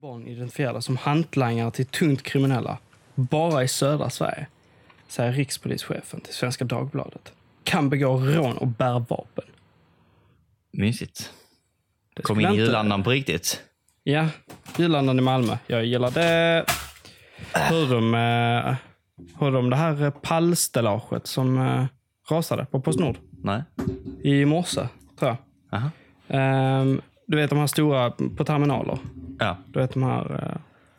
Barn identifierade som hantlangare till tungt kriminella bara i södra Sverige, säger rikspolischefen till Svenska Dagbladet. Kan begå rån och bära vapen. Mysigt. Kom in i julandan på riktigt. Ja, julandan i Malmö. Jag gillar det. Hörde de det här pallstellaget som rasade på PostNord? Nej. I morse, tror jag. Aha. Du vet de här stora på terminaler. Ja. Du vet de här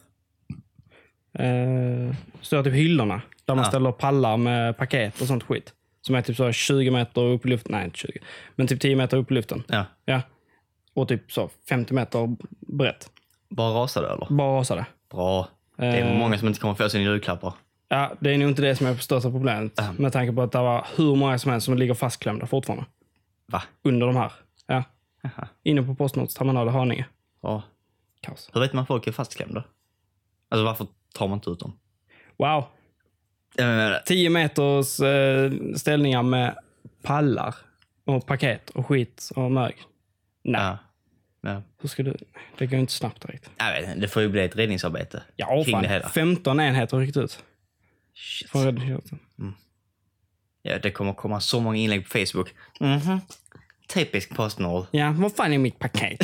stora typ hyllorna. Där man ställer pallar med paket och sånt skit. Som är typ så 20 meter upp i luften. Nej, inte 20. Men typ 10 meter upp i luften. Ja. Ja. Och typ så 50 meter brett. Bara rasade eller? Bara rasade. Bra. Det är många som inte kommer få sina julklappar. Ja, det är nog inte det som är största problemet. Med tanke på att det var hur många som helst som ligger fastklämda fortfarande. Va? Under de här. Ja. Aha. Inne på PostNords terminal i Haninge. Ja. Kaos. Hur vet man folk är fastklämda? Alltså varför tar man inte ut dem? Wow. 10 meters ställningar med pallar och paket och skit och mög. Nej. Ja. Ja. Hur ska du... Det går inte snabbt direkt. Jag vet inte, det får ju bli ett räddningsarbete. Ja, kring det fan. hela. 15 enheter ryckt ut. Shit. Från räddningstjänsten. Ja, det kommer komma så många inlägg på Facebook. Typisk PostNord. Ja, vad fan är mitt paket?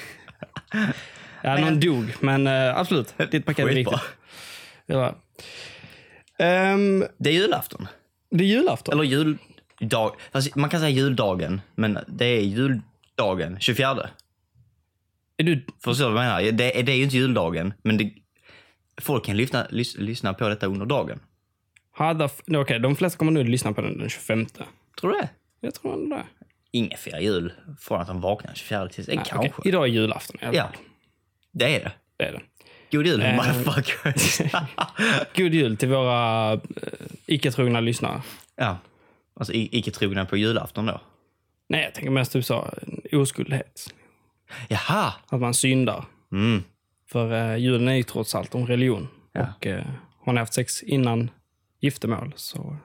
Ja, någon dog, men absolut. Ditt paket är Skitbra. viktigt. Ja. Det är julafton. Det är julafton. Eller juldag. Alltså, man kan säga juldagen, men det är juldagen 24. Är du... Förstår du vad jag menar? Det är ju inte juldagen, men folk kan lyssna på detta under dagen. Okej, de flesta kommer nu att lyssna på den 25. Tror du det? Jag tror ändå det. Ingen firar jul från att de vaknar 24 tills. Kanske. Okej. Idag är julafton. Ja, det är det. Det är det. God jul, motherfuckers. God jul till våra icke-trogna lyssnare. Ja, alltså icke-trogna på julafton då. Nej, jag tänker mest typ så oskuldhet. Jaha. Att man syndar. Mm. För julen är ju trots allt om religion. Ja. Och hon har haft sex innan giftermål. Så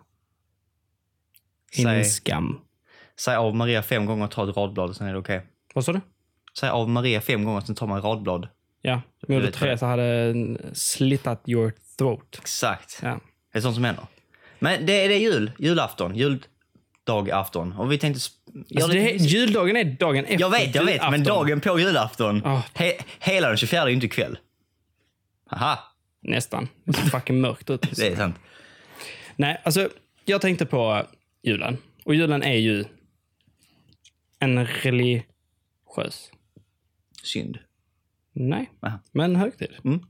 ingen skam. Säg av Maria 5 gånger och ta ett radblad och sen är det okej. Vad sa du? Säg av Maria 5 gånger och sen tar man ett radblad. Ja, Moder Teresa hade slittat your throat. Exakt. Ja. Det är sånt som händer. Men det är julafton. Juldagafton. Och vi tänkte... Alltså juldagen är dagen efter. Jag vet. Men dagen på julafton. Hela den 24 är ju inte kväll. Haha. Nästan. Det ser fucking mörkt ut. Det är sant. Nej, alltså jag tänkte på julen. Och julen är ju en religiös. Synd. Nej, Aha. men högtid.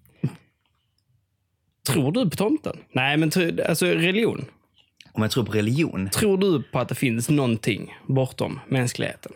Tror du på tomten? Nej, men alltså religion. Om jag tror på religion. Tror du på att det finns någonting bortom mänskligheten?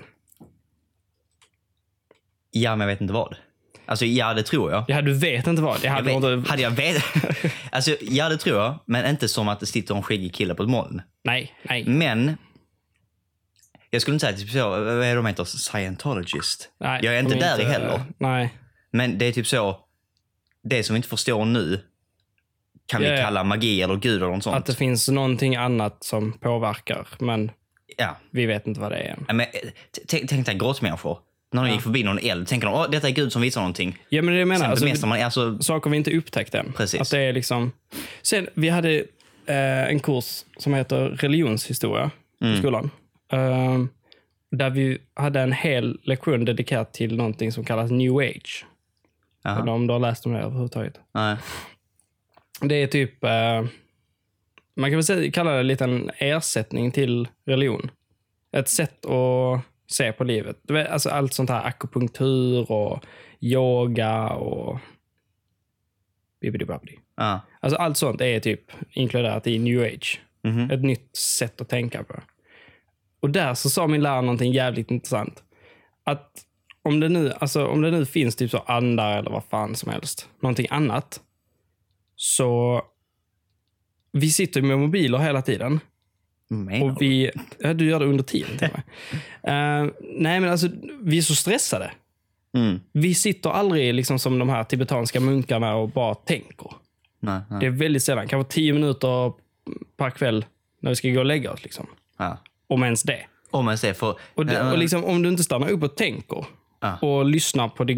Ja, men jag vet inte vad. Alltså, ja, det tror jag. Ja, du vet inte vad. Hade jag vet... Alltså, ja, det tror jag. Men inte som att det sitter en skäggig kille på ett moln. Nej. Men... Jag skulle inte säga typ så... Vad är de heter? Scientologist. Nej, jag är inte där i heller. Nej. Men det är typ så... Det som vi inte förstår nu kan vi kalla magi eller gud eller något sånt. Att det finns någonting annat som påverkar, men vi vet inte vad det är. Men, tänk dig grottmänniskor. När de gick förbi någon eld, tänker de, detta är Gud som visar någonting. Ja, men det jag menar, alltså, saker vi inte upptäckt än. Precis. Att det är liksom... Sen, vi hade en kurs som heter religionshistoria i skolan. Där vi hade en hel lektion dedikerad till någonting som kallas New Age. Eller om du har läst om det överhuvudtaget. Nej. Det är typ... man kan väl kalla det lite en ersättning till religion. Ett sätt att se på livet. Alltså allt sånt här akupunktur och yoga och... Bibbidi-babbidi. Alltså allt sånt är typ inkluderat i New Age. Ett nytt sätt att tänka på. Och där så sa min lärare någonting jävligt intressant. Att om det nu finns typ så andar eller vad fan som helst. Någonting annat. Så vi sitter med mobiler hela tiden. Och du gör det under tiden till mig. Nej, men alltså vi är så stressade. Vi sitter aldrig liksom som de här tibetanska munkarna och bara tänker. Nej. Det är väldigt sällan. Kanske 10 minuter per kväll när vi ska gå och lägga oss liksom. Om ens det. Om ens det. Och liksom, om du inte stannar upp och tänker och lyssnar på din kropp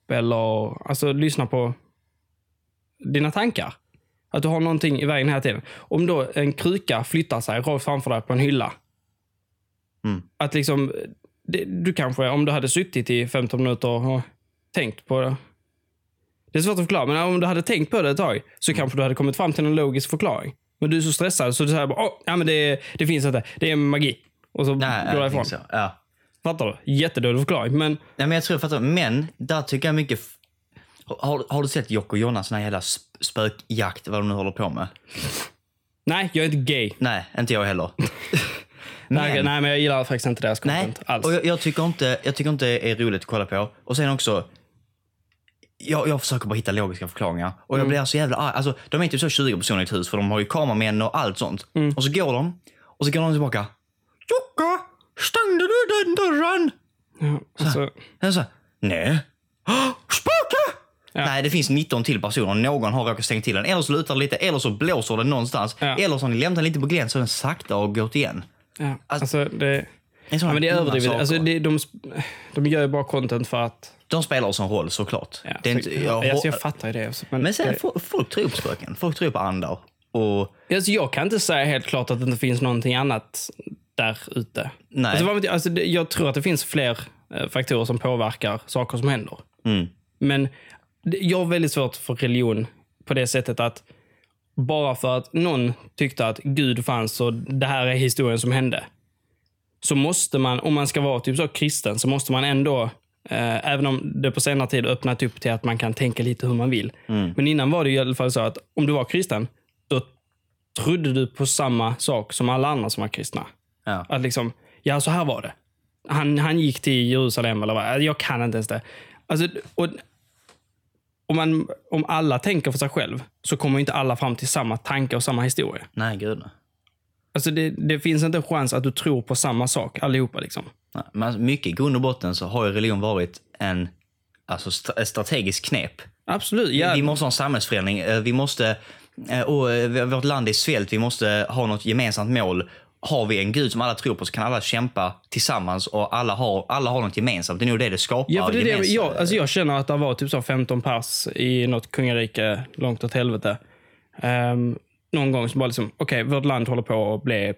eller alltså lyssna på dina tankar. Att du har någonting i vägen hela tiden. Om då en kruka flyttar sig rakt framför dig på en hylla. Att liksom, du kanske, om du hade suttit i 15 minuter och tänkt på det. Det är svårt att förklara, men om du hade tänkt på det ett tag så kanske du hade kommit fram till en logisk förklaring. Men du är så stressad så du säger bara, ja men det finns inte, det är magi. Och så går du ifrån. Ja. Fattar du? Jättedålig förklaring, men... Nej, men jag tror jag fattar. Men där tycker jag mycket... Har du sett Jocke och Jonas sån här jävla spökjakt, vad de nu håller på med? Nej, jag är inte gay. Nej, inte jag heller. Nej, men jag gillar faktiskt inte deras content alls. Och jag tycker inte det är roligt att kolla på. Och sen också... Jag försöker bara hitta logiska förklaringar. Och jag blir så jävla arg. Alltså, de är typ så 20 personer i ett hus, för de har ju kameramän och allt sånt. Och så går de. Och så går de tillbaka. Jocke, stängde du den dörren? Ja, alltså... Så, nej. Spöke! Ja. Nej, det finns 19 till personer. Någon har råkat stänga till den. Eller så lutar det lite. Eller så blåser den någonstans. Ja. Eller så har ni lämnat den lite på glänt så den sakta och gått igen. Ja, alltså det... Ja, men det är överdrivet. Alltså, de gör ju bara content för att... De spelar oss en roll, såklart. Ja, det är inte, jag fattar ju det också. Men sen, folk tror på spöken. Folk tror på andar. Och... Alltså, jag kan inte säga helt klart att det inte finns någonting annat där ute. Nej. Alltså, jag tror att det finns fler faktorer som påverkar saker som händer. Men jag har väldigt svårt för religion på det sättet att bara för att någon tyckte att Gud fanns och det här är historien som hände, så måste man, om man ska vara typ så kristen, så måste man ändå, även om det på senare tid öppnat upp till att man kan tänka lite hur man vill. Men innan var det i alla fall så att om du var kristen, då trodde du på samma sak som alla andra som var kristna. Ja. Att liksom, ja, så här var det. Han gick till Jerusalem eller vad. Jag kan inte ens det. Alltså, och om alla tänker för sig själv så kommer inte alla fram till samma tanke och samma historia. Nej, gud. Alltså det finns inte en chans att du tror på samma sak allihopa liksom. Nej, men mycket i grund och botten så har ju religion varit en strategisk knep. Absolut. Ja. Vi måste ha en samhällsförändring. Vi måste, vårt land är svält. Vi måste ha något gemensamt mål. Har vi en gud som alla tror på så kan alla kämpa tillsammans och alla har något gemensamt. Det är nog det skapar. Ja, för det är det, jag känner att det var typ så 15 pers i något kungarike långt åt helvete. Någon gång som bara liksom, okej, vårt land håller på att bli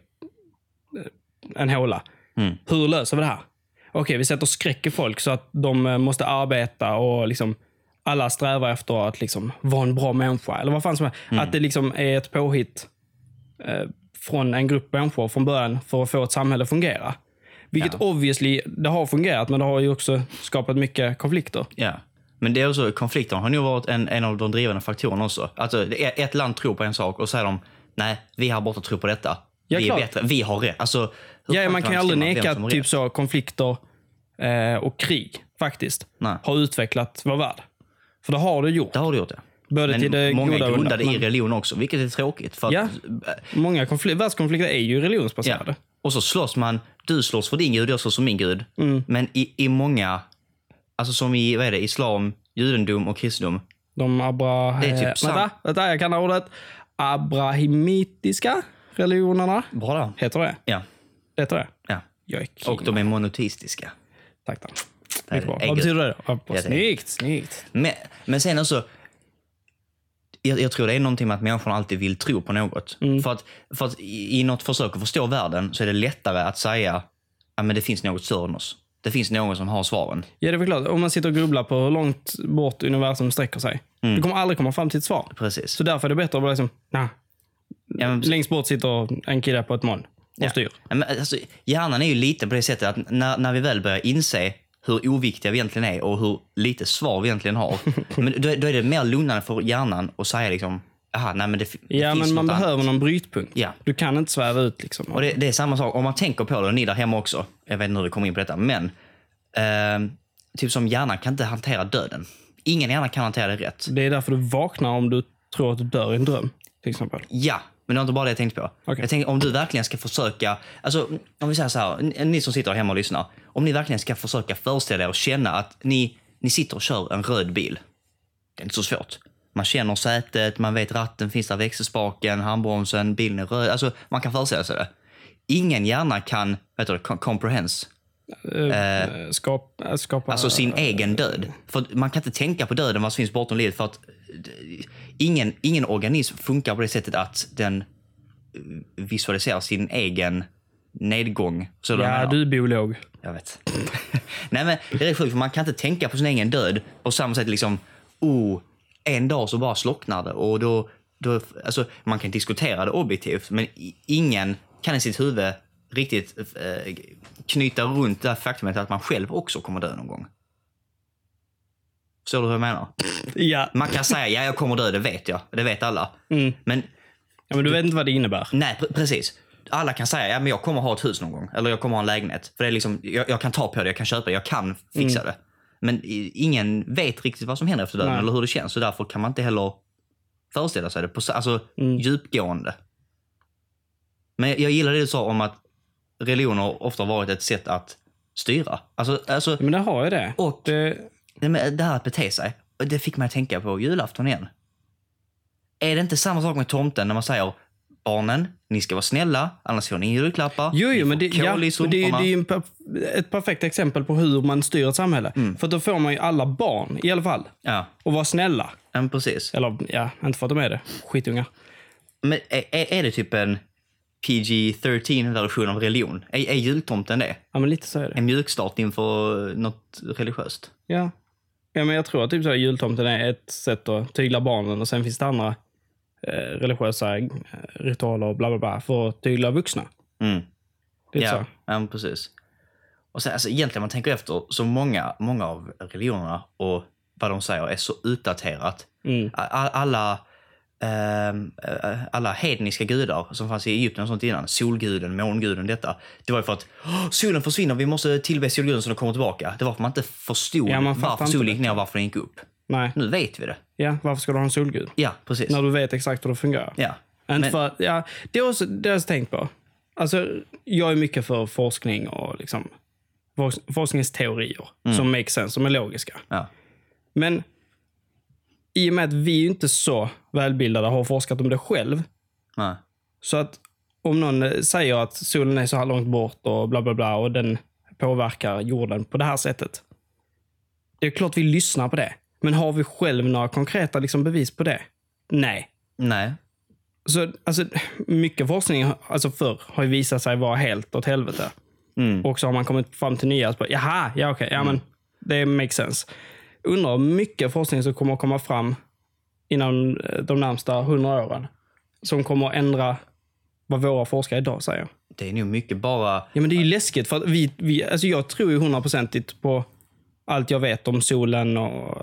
en håla. Hur löser vi det här? Okej, vi sätter skräck i folk så att de måste arbeta och liksom alla strävar efter att liksom vara en bra människa. Eller vad fan som är. Att det liksom är ett påhitt från en grupp människor från början för att få ett samhälle att fungera. Vilket obviously, det har fungerat, men det har ju också skapat mycket konflikter. Ja, men det är också, konflikterna har nog varit en av de drivande faktorerna också. Alltså, ett land tror på en sak och säger de, nej, vi här borta tror på detta. Ja, vi är bättre, vi har rätt. Alltså, man kan ju aldrig neka att typ så konflikter och krig faktiskt har utvecklat vår värld. För det har det gjort. Det har det gjort, ja. Både till det många goda grundade i religion också, vilket är tråkigt. För att, många världskonflikter är ju religionsbaserade. Ja. Och så slåss man, du slåss för din gud, jag slåss för min gud. Men i många, alltså som i vad är det, islam, judendom och kristendom. Det är typ vänta, jag kan ha ordet. Abrahimitiska religionerna. Bra då. Heter det? Ja. Heter det? Ja. Jag är king. Och de är monoteistiska. Tack då. Vad betyder det då? Snyggt. Men sen också, jag tror det är någonting med att människan alltid vill tro på något. För att i något försök att förstå världen så är det lättare att säga att men det finns något större än oss. Det finns någon som har svaren. Ja, det är väl klart. Om man sitter och grubblar på hur långt bort universum sträcker sig. Du kommer aldrig komma fram till ett svar. Precis. Så därför är det bättre att bara liksom, längst bort sitter en kille på ett moln och styr. Ja, men alltså, hjärnan är ju lite på det sättet att när vi väl börjar inse hur oviktiga vi egentligen är och hur lite svar vi egentligen har. Men då är det mer lugnande för hjärnan att säga liksom, men det finns men man behöver någon brytpunkt. Ja. Du kan inte sväva ut liksom. Och det är samma sak, om man tänker på det, och ni där hemma också, jag vet inte hur vi kommer in på detta, men typ som hjärnan kan inte hantera döden. Ingen hjärna kan hantera det rätt. Det är därför du vaknar om du tror att du dör i en dröm, till exempel. Ja, men det var inte bara det jag tänkte på. Okay. Jag tänkte om du verkligen ska försöka, alltså om vi säger så här, ni som sitter hemma och lyssnar, om ni verkligen ska försöka föreställa er och känna att ni sitter och kör en röd bil. Det är inte så svårt. Man känner sätet, man vet ratten, finns där växelspaken, handbromsen, bilen är röd. Alltså man kan föreställa sig det. Ingen hjärna kan, comprehends. Skapa... Alltså sin egen död. För man kan inte tänka på döden vad som finns bortom livet, för att ingen organism funkar på det sättet att den visualiserar sin egen nedgång. Så du är biolog. Jag vet. Nej, men det är sjukt, för man kan inte tänka på sin egen död på samma sätt liksom, en dag så bara slocknar det, och då alltså, man kan diskutera det objektivt, men ingen kan i sitt huvud riktigt knyta runt det här faktumet att man själv också kommer dö någon gång. Förstår du hur jag menar? Ja. Man kan säga, jag kommer dö, det vet jag. Det vet alla. Men du vet inte vad det innebär. Nej, precis. Alla kan säga, men jag kommer ha ett hus någon gång. Eller jag kommer ha en lägenhet. För det är liksom, jag kan ta på det, jag kan köpa det, jag kan fixa det. Men ingen vet riktigt vad som händer efter döden. Nej. Eller hur det känns. Så därför kan man inte heller föreställa sig det på djupgående. Men jag gillar det du sa om att religioner ofta har varit ett sätt att styra. Alltså, men det har ju det. Och det här att bete sig, det fick mig att tänka på julafton igen. Är det inte samma sak med tomten när man säger, barnen, ni ska vara snälla, annars får ni julklappar. Jo, men det är ju ett perfekt exempel på hur man styr ett samhälle. För då får man ju alla barn i alla fall. Ja. Och vara snälla. Ja, precis. Eller, inte för att de är det. Skitungar. Men är det typ en PG-13-version av religion? Är jultomten det? Ja, men lite så är det. En mjukstart inför något religiöst? Ja. Ja, men jag tror att typ så här, jultomten är ett sätt att tygla barnen, och sen finns det andra religiösa ritualer och bla bla bla för att tygla vuxna. Det är så. Ja, precis. Och sen, alltså, egentligen man tänker efter, så många av religionerna och vad de säger är så utdaterat. Alla hedniska gudar som fanns i Egypten och sånt innan, solguden, månguden, detta, det var ju för att solen försvinner, vi måste tillbe solguden så den kommer tillbaka. Det var för att man inte förstod varför solen gick ner och varför den gick upp. Nej. Nu vet vi det. Ja, varför ska du ha en solgud? Ja, precis. När du vet exakt hur det fungerar. Ja. Det är också det jag tänkt på. Alltså, jag är mycket för forskning och liksom forskningsteorier som make sense, som är logiska. Ja. Men i och med att vi är inte så välbildade och har forskat om det själv. Nej. Så att om någon säger att solen är så här långt bort och bla bla bla och den påverkar jorden på det här sättet. Det är klart vi lyssnar på det. Men har vi själv några konkreta liksom bevis på det? Nej. Så alltså, mycket forskning alltså förr har ju visat sig vara helt åt helvete. Och så har man kommit fram till nya. Men det makes sense. Undrar mycket forskning som kommer att komma fram inom de närmsta 100 åren. Som kommer att ändra vad våra forskare idag säger. Det är nog mycket bara... Ja, men det är ju läskigt för att alltså jag tror ju 100% på allt jag vet om solen och...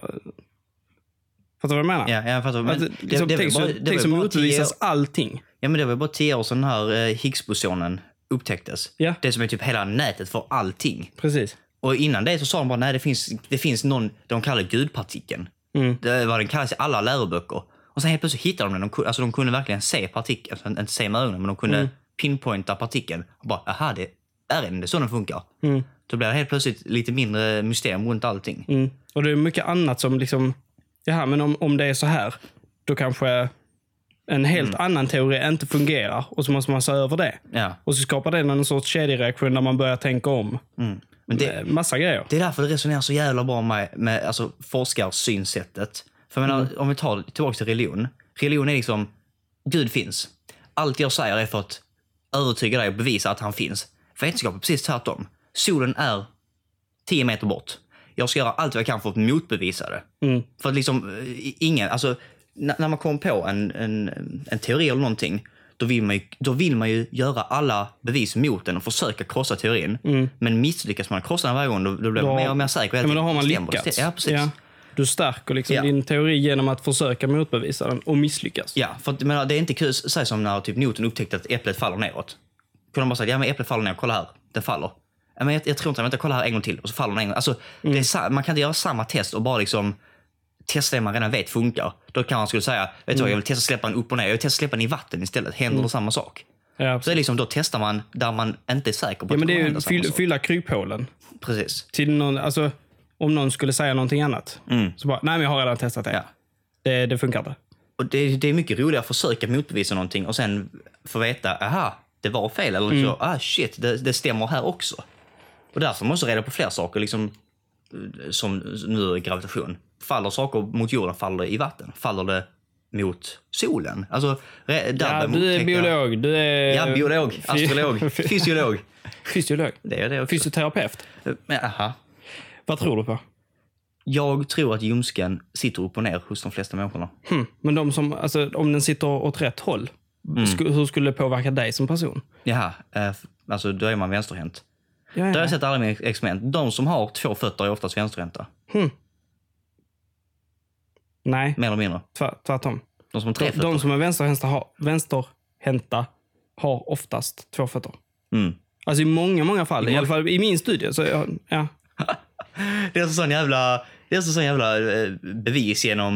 Fattar du vad jag menar? Ja, jag fattar. Men tänk som motbevisas allting. Ja, men det var bara 10 år sedan den här Higgs-bosonen upptäcktes. Ja. Det som är typ hela nätet för allting. Precis. Och innan det så sa de bara, nej, det finns någon, de kallar gudpartikeln. Det var den kallas i alla läroböcker. Och sen helt plötsligt hittade de den. De kunde verkligen se partikeln, alltså inte se med ögonen, men de kunde pinpointa partikeln. Och bara, aha, det är så den funkar. Då blir det helt plötsligt lite mindre mysterium runt allting. Och det är mycket annat som liksom, men om det är så här, då kanske en helt annan teori inte fungerar. Och så måste man se över det. Ja. Och så skapar det någon sorts kedjereaktion där man börjar tänka om. Men massa grejer. Det är därför det resonerar så jävla bra med alltså, forskarsynsättet. För jag menar, om vi tar tillbaka till religion. Religion är liksom, Gud finns. Allt jag säger är för att övertyga dig och bevisa att han finns. Vetenskap är precis tvärtom. Solen är 10 meter bort. Jag ska göra allt vad jag kan för att motbevisa det. För att liksom, alltså, när man kommer på en teori eller någonting, då vill man ju göra alla bevis mot den och försöka krossa teorin. Men misslyckas man krossa den varje gång, då blir man mer och mer säker. Ja, men då har man lyckats. Ja, precis. Ja. Du stärker liksom din teori genom att försöka motbevisa den och misslyckas. Ja, för att, det är inte kul, säg som när typ Newton upptäckte att äpplet faller neråt. Kunde de bara säga, men äpplet faller ner, kolla här, det faller. Men jag tror inte, kolla här en gång till och så faller den en gång. Alltså, man kan inte göra samma test och bara liksom testa det man redan vet funkar. Då kan man skulle säga, vet du vad, jag vill testa släppa den upp och ner. Jag vill testa släppa den i vatten istället. Händer det samma sak? Ja, så är liksom, då testar man där man inte är säker på att men det är ju fylla kryphålen. Precis. Till någon, alltså, om någon skulle säga någonting annat. Så bara, nej men jag har redan testat det. Ja. Det funkar inte. Och det är mycket roligare att försöka motbevisa någonting och sen få veta, aha, det var fel. Eller så, shit, det stämmer här också. Och därför måste reda på fler saker, liksom, som nu gravitation. Faller saker mot jorden, faller det i vatten. Faller det mot solen? Alltså, du är biolog. Du är... Ja, biolog, astrolog, fysiolog. Fysiolog? Det är det också. Fysioterapeut? Aha. Vad tror du på? Jag tror att ljumsken sitter upp och ner hos de flesta människorna. Men om den sitter åt rätt håll, hur skulle det påverka dig som person? Jaha, alltså då är man vänsterhänt. Ja. Där har jag sett alla mina experiment. De som har 2 fötter är oftast vänsterhänta. Nej. Mer eller mindre. Tvärtom. De som har 3 fötter. De som är vänsterhänta har oftast 2 fötter. Alltså i många fall. I alla fall i min studie. Så ja. Det är alltså sån jävla bevis genom...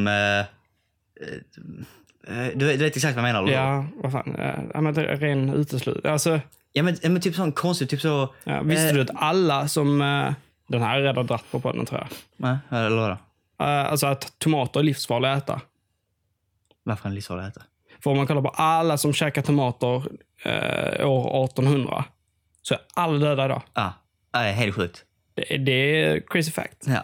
Du vet exakt vad jag menar, eller? Ja, vad fan. Men det är ren uteslut. Alltså... Ja, men typ sån konstigt, typ så... Ja, visste du att alla som... den här är redan dratt på podden, tror jag. Nej, eller vadå? Alltså att tomater är livsfarliga att äta. Varför är det livsfarliga att äta? För om man kollar på alla som käkar tomater år 1800 så är alla döda idag. Helt sjukt. Det är crazy fact. Ja.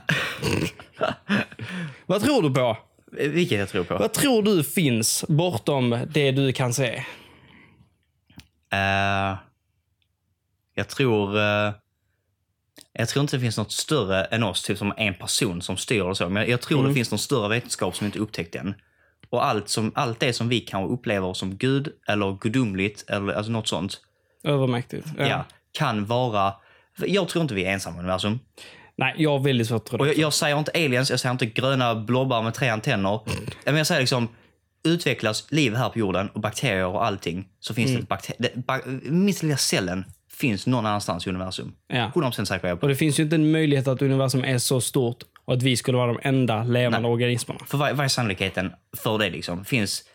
Vad tror du på? Vilket jag tror på? Vad tror du finns bortom det du kan se? Jag tror inte det finns något större än oss, typ som en person som styr och så. Men jag tror det finns någon större vetenskap som inte upptäckt än. Och allt det som vi kan uppleva som Gud eller gudomligt eller alltså något sånt. Övermäktigt. Ja, kan vara... Jag tror inte vi är ensamma i universum. Nej, jag har väldigt svårt att tro det. Och jag säger inte aliens, jag säger inte gröna blobbar med 3 antenner. Men jag säger liksom, utvecklas liv här på jorden och bakterier och allting, så finns det minst lilla cellen finns någon annanstans i universum. Ja. 100% säker jag på. Och det finns ju inte en möjlighet att universum är så stort och att vi skulle vara de enda levande organismerna. För vad är sannolikheten för det liksom? Finns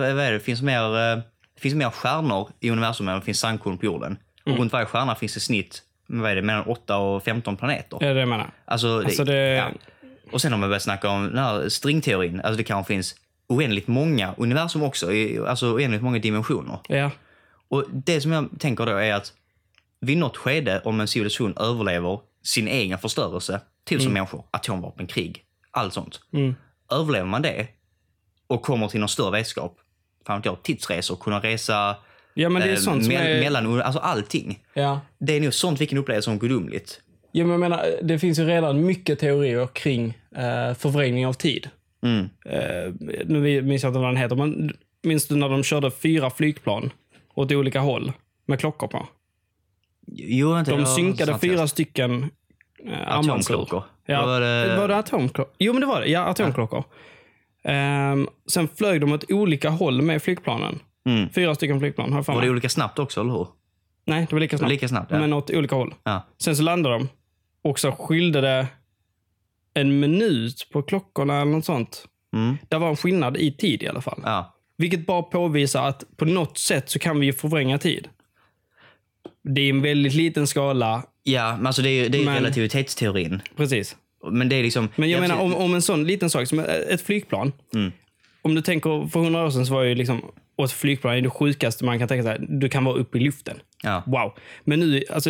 mer stjärnor i universum än det finns sandkorn på jorden. Och runt varje stjärna finns det snitt mellan 8 och 15 planeter. Ja, det jag menar. Alltså ja. Och sen om man börjar snacka om den här stringteorin, alltså det kanske finns oändligt många universum också, alltså oändligt många dimensioner. Ja. Och det som jag tänker då är att vid något skede, om en civilisation överlever sin egen förstörelse, till som människor, atomvapen, krig, allt sånt. Överlever man det och kommer till någon större vetenskap, tidsresor, kunna resa Ja, men det är sånt mellan, alltså allting. Ja. Det är nog sånt vi kan uppleva som gudomligt. Ja, men jag menar, det finns ju redan mycket teorier kring förvrängning av tid. Nu minns jag inte vad den heter, men minns du när de körde 4 flygplan åt olika håll med klockor på? Jo, inte, de synkade 4 stycken atomklockor. Ja, var det atomklockor? Jo, men det var det. Ja, atomklockor. Sen flög de åt olika håll med flygplanen. 4 stycken flygplan. Var det olika snabbt också, eller hur? Nej, det var lika snabbt. Ja. Men åt olika håll. Ja. Sen så landade de. Och så skilde det 1 minut på klockorna eller något sånt. Det var en skillnad i tid i alla fall. Ja. Vilket bara påvisar att på något sätt så kan vi ju förvränga tid. Det är en väldigt liten skala. Ja, men alltså det är relativitetsteorin. Precis. Men det är liksom... Men jag menar om en sån liten sak som ett flygplan. Om du tänker för 100 år sedan så var ju liksom ett flygplan är det sjukaste man kan tänka sig. Du kan vara uppe i luften. Ja. Wow. Men nu, alltså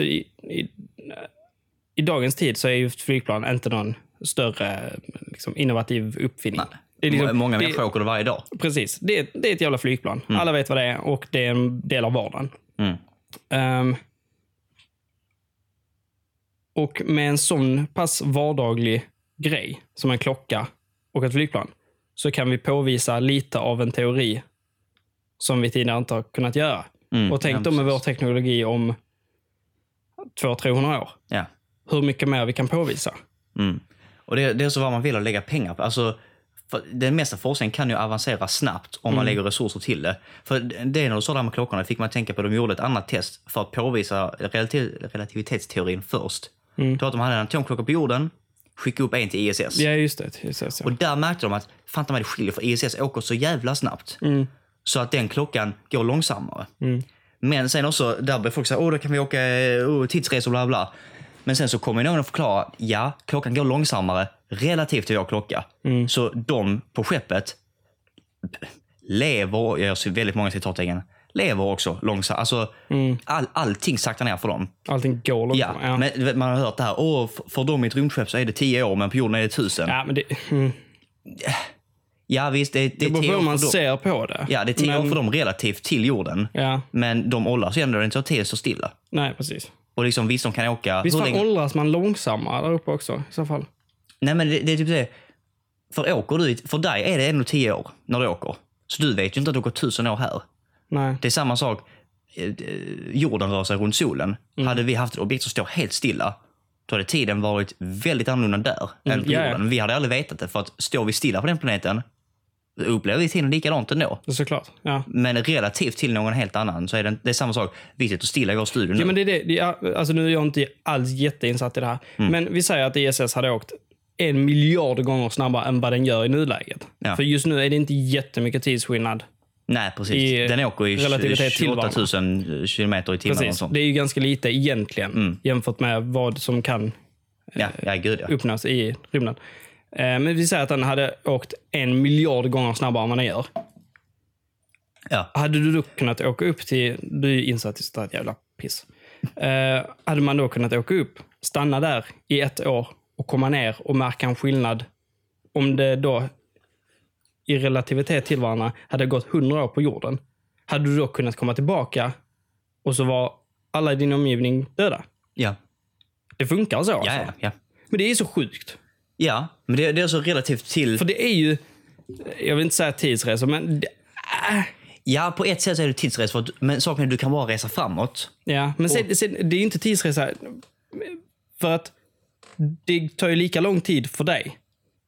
i dagens tid så är ju ett flygplan inte någon större liksom, innovativ uppfinning. Nej. Det är liksom, många människor åker det varje dag. Precis. Det är ett jävla flygplan. Alla vet vad det är och det är en del av vardagen. Och med en sån pass vardaglig grej som en klocka och ett flygplan så kan vi påvisa lite av en teori som vi tidigare inte har kunnat göra. Och tänk då med vår teknologi om 200-300 år. Ja. Hur mycket mer vi kan påvisa. Och det är så vad man vill lägga pengar på. Alltså, för den mesta forskningen kan ju avancera snabbt om man lägger resurser till det. För det är när du sa där med klockorna fick man tänka på att de gjorde ett annat test för att påvisa relativitetsteorin först. Då att de hade en atomklocka på jorden, skickade upp en till ISS. Ja, just det. Och där märkte de att fan det skiljer för ISS åker så jävla snabbt. Så att den klockan går långsammare. Men sen också, där blir folk säga, då kan vi åka tidsresor bla bla. Men sen så kommer någon att förklara, ja, klockan går långsammare relativt till vår klocka. Så de på skeppet lever, jag ser väldigt många citattecken, lever också långsamt. Alltså, allting saktar ner för dem. Allting går långsamt. Ja, men man har hört det här. För dem i ett rymdskepp så är det 10 år, men på jorden är det 1000. Ja, men det... Ja, visst. Det är 10 år för dem. man ser på det. Ja, det är 10 år för dem relativt till jorden. Ja. Men de åldras ju ändå inte så tid så stilla. Nej, precis. Och liksom, visst, de kan åka... Visst åldras man långsammare där uppe också, i så fall? Nej, men det är typ det. För dig är det ändå 10 år när du åker. Så du vet ju inte att du går 1000 år här. Nej. Det är samma sak. Jorden rör sig runt solen. Hade vi haft ett objekt som står helt stilla, då hade tiden varit väldigt annorlunda där än på jorden. Vi hade aldrig vetat det, för att står vi stilla på den planeten upplever vi tiden likadant ändå. Det är såklart, ja. Men relativt till någon helt annan så är det är samma sak. Vi sitter stilla i vår studio nu. Ja, men alltså nu är jag inte alls jätteinsatt i det här. Men vi säger att ISS hade åkt 1 miljard gånger snabbare än vad den gör i nuläget. Ja. För just nu är det inte jättemycket tidsskillnad. Nej, precis. Den åker i 28 000 kilometer i timmen. Och sånt. Det är ju ganska lite egentligen jämfört med vad som kan uppnås i rymden. Men vi säger att den hade åkt 1 miljard gånger snabbare än vad den gör. Ja. Hade du då kunnat åka upp till... Du är ju insatt i sådär jävla piss. Hade man då kunnat åka upp, stanna där i 1 år och komma ner och märka en skillnad om det då i relativitet till varandra hade gått 100 år på jorden? Hade du då kunnat komma tillbaka och så var alla i din omgivning döda? Ja. Det funkar så alltså. Ja. Men det är så sjukt. Ja, men det är så relativt till... För det är ju... Jag vill inte säga tidsresor, men... Ja, på ett sätt så är det tidsresor. Men saken är att du kan bara resa framåt. Ja, men det är inte tidsresa. För att det tar ju lika lång tid för dig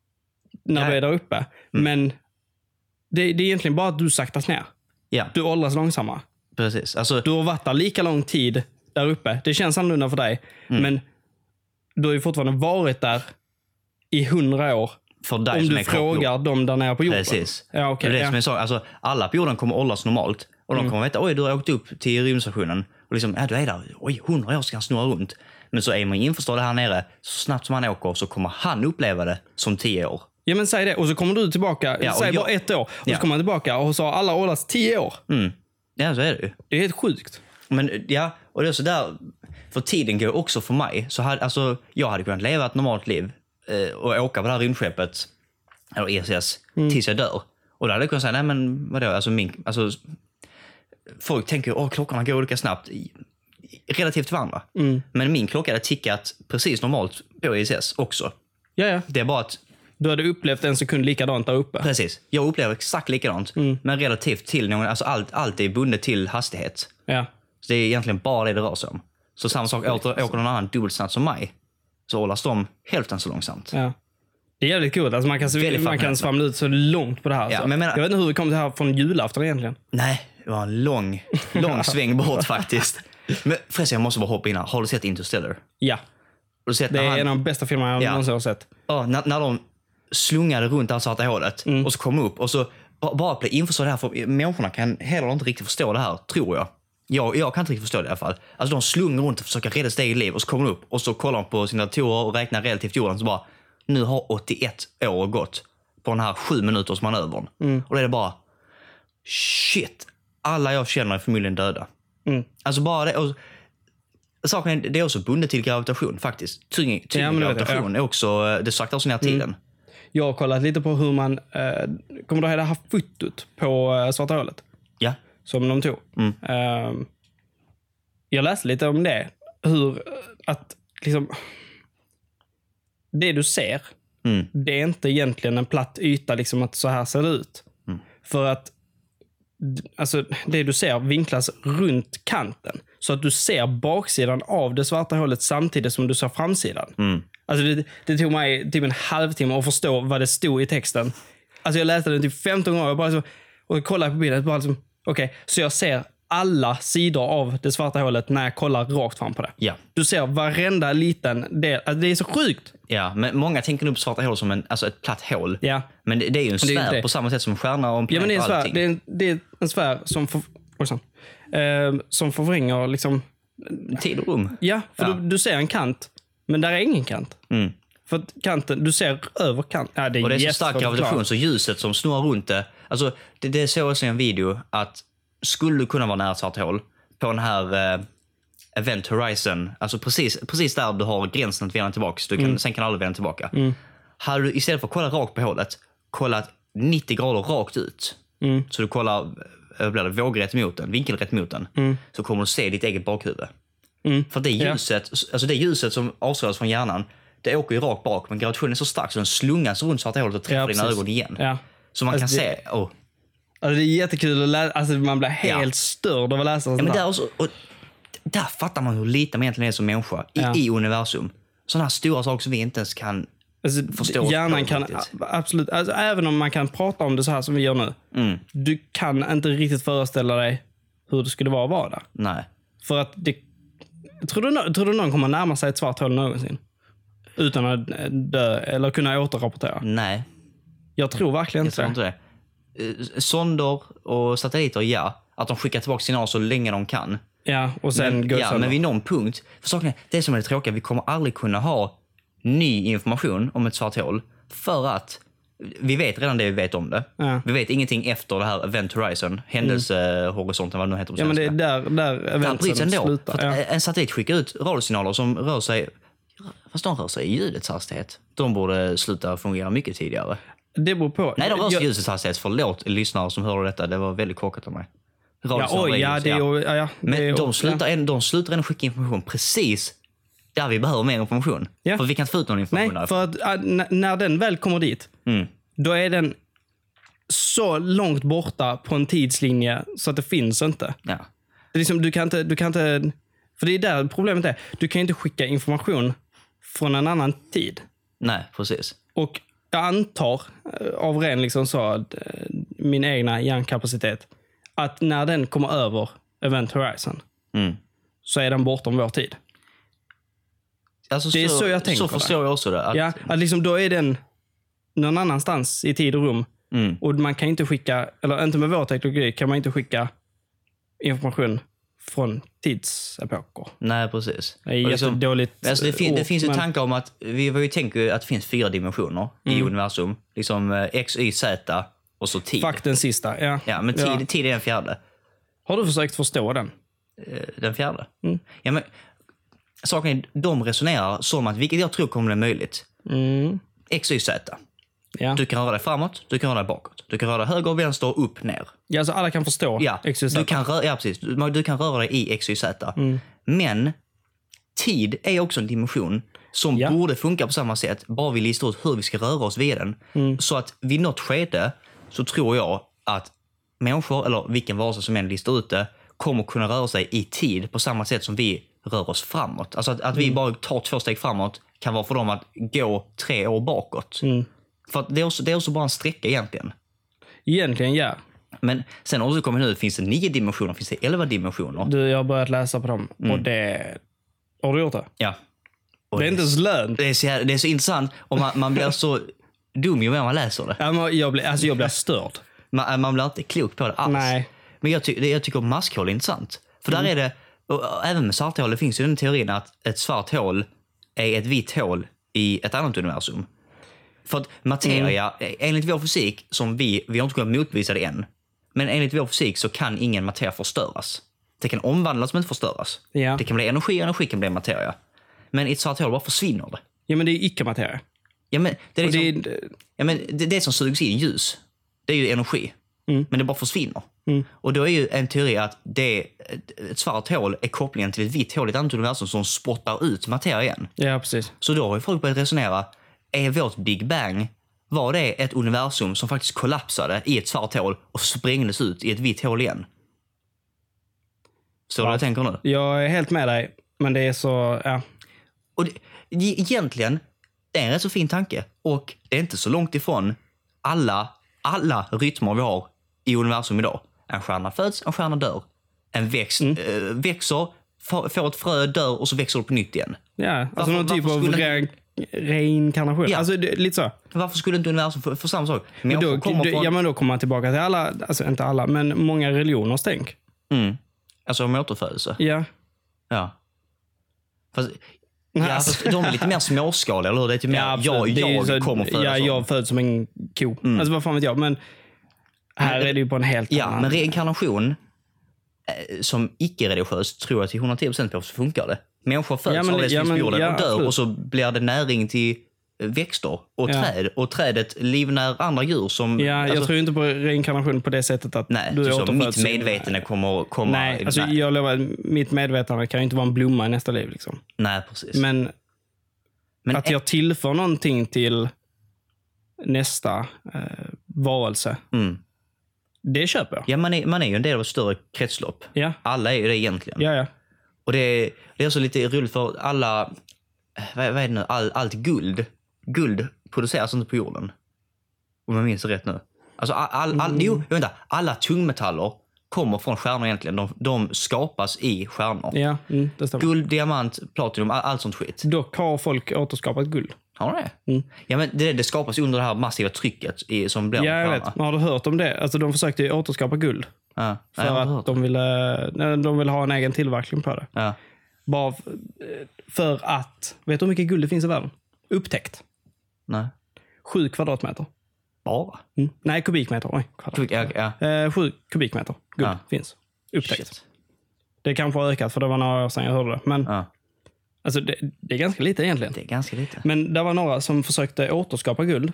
när du är där uppe. Men det är egentligen bara att du saktas ner. Ja. Du åldras långsammare. Precis. Alltså... Du har varit där lika lång tid där uppe. Det känns annorlunda för dig. Men du har ju fortfarande varit där i 100 år. För dig om som du är frågar dem där nere på jorden. Precis. Ja, okay, det är det som jag sa. Alltså, alla på jorden kommer åldras normalt. Och de kommer veta, oj, du har åkt upp till rymdstationen. Och liksom, du är där, oj, 100 år ska han snurra runt. Men så är man införstådd här nere, så snabbt som han åker så kommer han uppleva det som 10 år. Ja, men säg det. Och så kommer du tillbaka, säg bara 1 år. Och så kommer han tillbaka och så har alla åldrats 10 år. Ja, så är det ju. Det är helt sjukt. Men ja, och det är så där, för tiden går också för mig. Så jag hade kunnat leva ett normalt liv och åka på det här rymdskeppet, eller ISS, tills jag dör. Och då hade jag kunnat säga, nej men vadå, alltså folk tänker, klockorna går olika snabbt relativt till varandra. Men min klocka hade tickat precis normalt på ISS också. Ja. Det är bara att du hade upplevt en sekund likadant där uppe. Precis. Jag upplever exakt likadant. Men relativt till någon, alltså allt är bundet till hastighet. Ja. Så det är egentligen bara det rör sig om. Så samma sak, åker någon annan dubbelt snabbt som mig, så åldras de hälften så långsamt. Ja. Det är jävligt coolt. Alltså man kan svamla ut så långt på det här. Ja, men jag vet inte hur vi kom till här från julafton egentligen. Nej, det var en lång sväng bort faktiskt. Men förresten, jag måste bara hoppa in här. Har du sett Interstellar? Ja. Det är en av de bästa filmerna jag någonsin har sett. Ja, när de slungade runt det här svarta hålet och så kom upp och så bara blev införstådd det här. För människorna kan heller inte riktigt förstå det här, tror jag. Jag kan inte riktigt förstå det i alla fall. Alltså de slungar runt och försöker rädda sitt eget liv och så kommer de upp och så kollar de på sina datorer och räknar relativt jorden så bara, nu har 81 år gått på den här 7 minuters manövern. Och då är det bara, shit, alla jag känner är förmodligen döda. Alltså bara det. Och saken är, det är också bundet till gravitation faktiskt. Gravitation är också, det saktar också ner tiden. Jag har kollat lite på hur man, kommer du ihåg det här fotot på svarta hålet? Ja. Som de tog. Jag läste lite om det. Hur att liksom det du ser, det är inte egentligen en platt yta liksom att så här ser det ut. För att alltså, det du ser vinklas runt kanten. Så att du ser baksidan av det svarta hålet samtidigt som du ser framsidan. Alltså det tog mig typ en halvtimme att förstå vad det stod i texten. Alltså jag läste den typ 15 gånger bara så, och kollade på bilden. Bara liksom, okej, så jag ser alla sidor av det svarta hålet när jag kollar rakt fram på det. Ja. Du ser varenda liten del. Alltså det är så sjukt. Ja, men många tänker nog på svarta hål som ett platt hål. Ja. Men det är ju en sfär på samma sätt som en stjärna och en planet. Ja, men det är en sfär som förvränger liksom tid och rum. Ja, för du ser en kant, men där är ingen kant. För att kanten, du ser över kanten. Ja, och det är så stark gravitation så ljuset som snurrar runt det. Alltså, det såg också i en video att skulle du kunna vara nära ett svart hål på den här Event Horizon. Alltså precis där du har gränsen att vända tillbaka. Så sen kan du aldrig vända tillbaka. Hade du istället för att kolla rakt på hålet kollat 90 grader rakt ut. Så du kollar vågrätt mot den, vinkelrätt mot den. Så kommer du se ditt eget bakhuvud. För det ljuset, alltså det ljuset som avstrålas från hjärnan, det åker ju rakt bak, men gravitationen är så stark så den slungas runt svarta hålet och träffar dina ögon igen. Ja. Så man kan se... Alltså det är jättekul att läsa, alltså man blir helt störd av att läsa. Men där fattar man hur lite man egentligen är som människa i universum. Sådana här stora saker som vi inte ens kan förstå. Hjärnan kan absolut, alltså, även om man kan prata om det så här som vi gör nu. Du kan inte riktigt föreställa dig hur det skulle vara där. Nej. För att tror du någon kommer närma sig ett svart hål någonsin? Utan att dö eller kunna återrapportera? Nej. Jag tror verkligen inte det. Sonder och satelliter, att de skickar tillbaka signaler så länge de kan. Ja, och sen går sönder. Men vid någon punkt, för saken är, det som är det tråkiga, vi kommer aldrig kunna ha ny information om ett svart hål för att vi vet redan det vi vet om det. Ja. Vi vet ingenting efter det här Event Horizon, händelsehorisonten, vad det nu heter på svenska. Ja, men det är där eventen slutar. För att en satellit skickar ut radiosignaler som rör sig, fast de rör sig i ljudets hastighet. De borde sluta fungera mycket tidigare. Det beror på. Nej, de rör sig i ljudets hastighet. Förlåt lyssnare som hörde detta, det var väldigt korkat av mig. Men de slutar ändå skicka information precis där vi behöver mer information. Ja. För vi kan inte få ut någon information. Nej, för att när den väl kommer dit, då är den så långt borta på en tidslinje så att det finns inte. Ja. Det är liksom, du kan inte, för det är där problemet är. Du kan inte skicka information från en annan tid. Nej, precis. Och jag antar av ren liksom så min egna hjärnkapacitet att när den kommer över Event Horizon så är den bortom vår tid. Alltså, det är så jag tänker. Så förstår jag också det. Att liksom då är den någon annanstans i tid och rum. Och man kan inte skicka, eller inte med vår teknologi kan man inte skicka information från tidsepoker. Nej, precis. Det är jättedåligt. Alltså det finns ju tankar om att vi har ju tänkt att det finns 4 dimensioner i universum. Liksom X, Y, Z och så tid. Fakt den sista, ja. Ja, men tid är den fjärde. Har du försökt förstå den? Den fjärde? Ja, men saken är, de resonerar som att, vilket jag tror kommer bli möjligt. X, Y, Z. Ja. Du kan röra dig framåt, du kan röra dig bakåt. Du kan röra dig höger, vänster, upp, ner. Ja, alltså alla kan förstå X, Y, Z. Precis. Du kan röra dig i X, Y, Z. Men tid är också en dimension som borde funka på samma sätt. Bara vi listar ut hur vi ska röra oss vid den. Så att vid något skede så tror jag att människor, eller vilken varelse som än listar ut det, kommer kunna röra sig i tid på samma sätt som vi rör oss framåt. Alltså att vi bara tar 2 steg framåt kan vara för dem att gå 3 år bakåt. För att det är också bara en sträcka egentligen. Egentligen, ja. Men sen också kommer nu, finns det 9 dimensioner, finns det 11 dimensioner. Jag har börjat läsa på dem. Och det... Har du gjort det? Ja. Och det är inte så lönt. Det är så intressant. Och man blir så dum ju när man läser det. Ja, jag blir störd. Man blir inte klok på det alls. Nej. Men jag tycker maskhål är intressant. För där är det, och även med svarta hål, det finns ju den teorin att ett svart hål är ett vitt hål i ett annat universum. För att materia, enligt vår fysik, som vi har inte kunnat motbevisa det än, men enligt vår fysik så kan ingen materia förstöras. Det kan omvandlas men inte förstöras. Ja. Det kan bli energi kan bli materia. Men i ett svart hål bara försvinner det. Ja, men det är icke-materia. Ja, men det är liksom, det som sugs in ljus, det är ju energi. Men det bara försvinner. Och då är ju en teori att ett svart hål är kopplingen till ett vitt hål i ett annat universum som spottar ut materia igen. Ja, precis. Så då har ju folk börjat resonera, är vårt Big Bang, var det ett universum som faktiskt kollapsade i ett svart hål och sprängdes ut i ett vitt hål igen? Så vad jag tänker nu? Jag är helt med dig, men det är så... Ja. Och egentligen, det är en rätt så fin tanke. Och det är inte så långt ifrån alla rytmer vi har i universum idag. En stjärna föds, en stjärna dör. En växt växer, får ett frö, dör och så växer det på nytt igen. Ja, alltså någon typ av reinkarnation. Ja. Alltså lite så. Varför skulle inte universum för samma sak? Men då kommer man tillbaka till alla, alltså inte alla, men många religioners tänk. Alltså om återfödelse. Ja. Ja. Fast de är lite mer småskaliga, eller hur? Det är typ mer jag kommer födas. Ja, jag föds som en ko. Alltså vad fan vet jag, men här är det ju på en helt annan. Ja, men reinkarnation, som icke-religiös tror jag till 110% på så funkar det. Människor föds av det som finns på jorden och dör absolut. och så blir det näring till växter och träd. Och trädet livnär andra djur som... jag tror inte på reinkarnation på det sättet att du så mitt medvetande kommer komma... Nej, alltså jag lovar, mitt medvetande kan ju inte vara en blomma i nästa liv. Liksom. Nej, precis. Men att jag tillför någonting till nästa varelse, det köper jag. Ja, man är ju en del av ett större kretslopp. Ja. Alla är ju det egentligen. Ja. Och det är så lite roligt för alla... Vad är det nu? Allt guld. Guld produceras inte på jorden. Om jag minns det rätt nu. Alltså alla tungmetaller kommer från stjärnor egentligen. De skapas i stjärnor. Ja, det stämmer. Guld, diamant, platinum, allt sånt skit. Dock har folk återskapat guld. Har det? Ja, men det skapas under det här massiva trycket som blir. Ja, jag vet. Har du hört om det? Alltså de försökte ju återskapa guld. Ja. För att de ville ha en egen tillverkning på det. Ja. Bara för att... Vet du hur mycket guld det finns i världen? Upptäckt. Nej. 7 kvadratmeter. Bara? Nej, kubikmeter. Oj, kvadratmeter. 7 kubikmeter guld finns. Upptäckt. Shit. Det kanske har ökat för det var några år sedan jag hörde det. Men alltså, det är ganska lite egentligen. Det är ganska lite. Men det var några som försökte återskapa guld.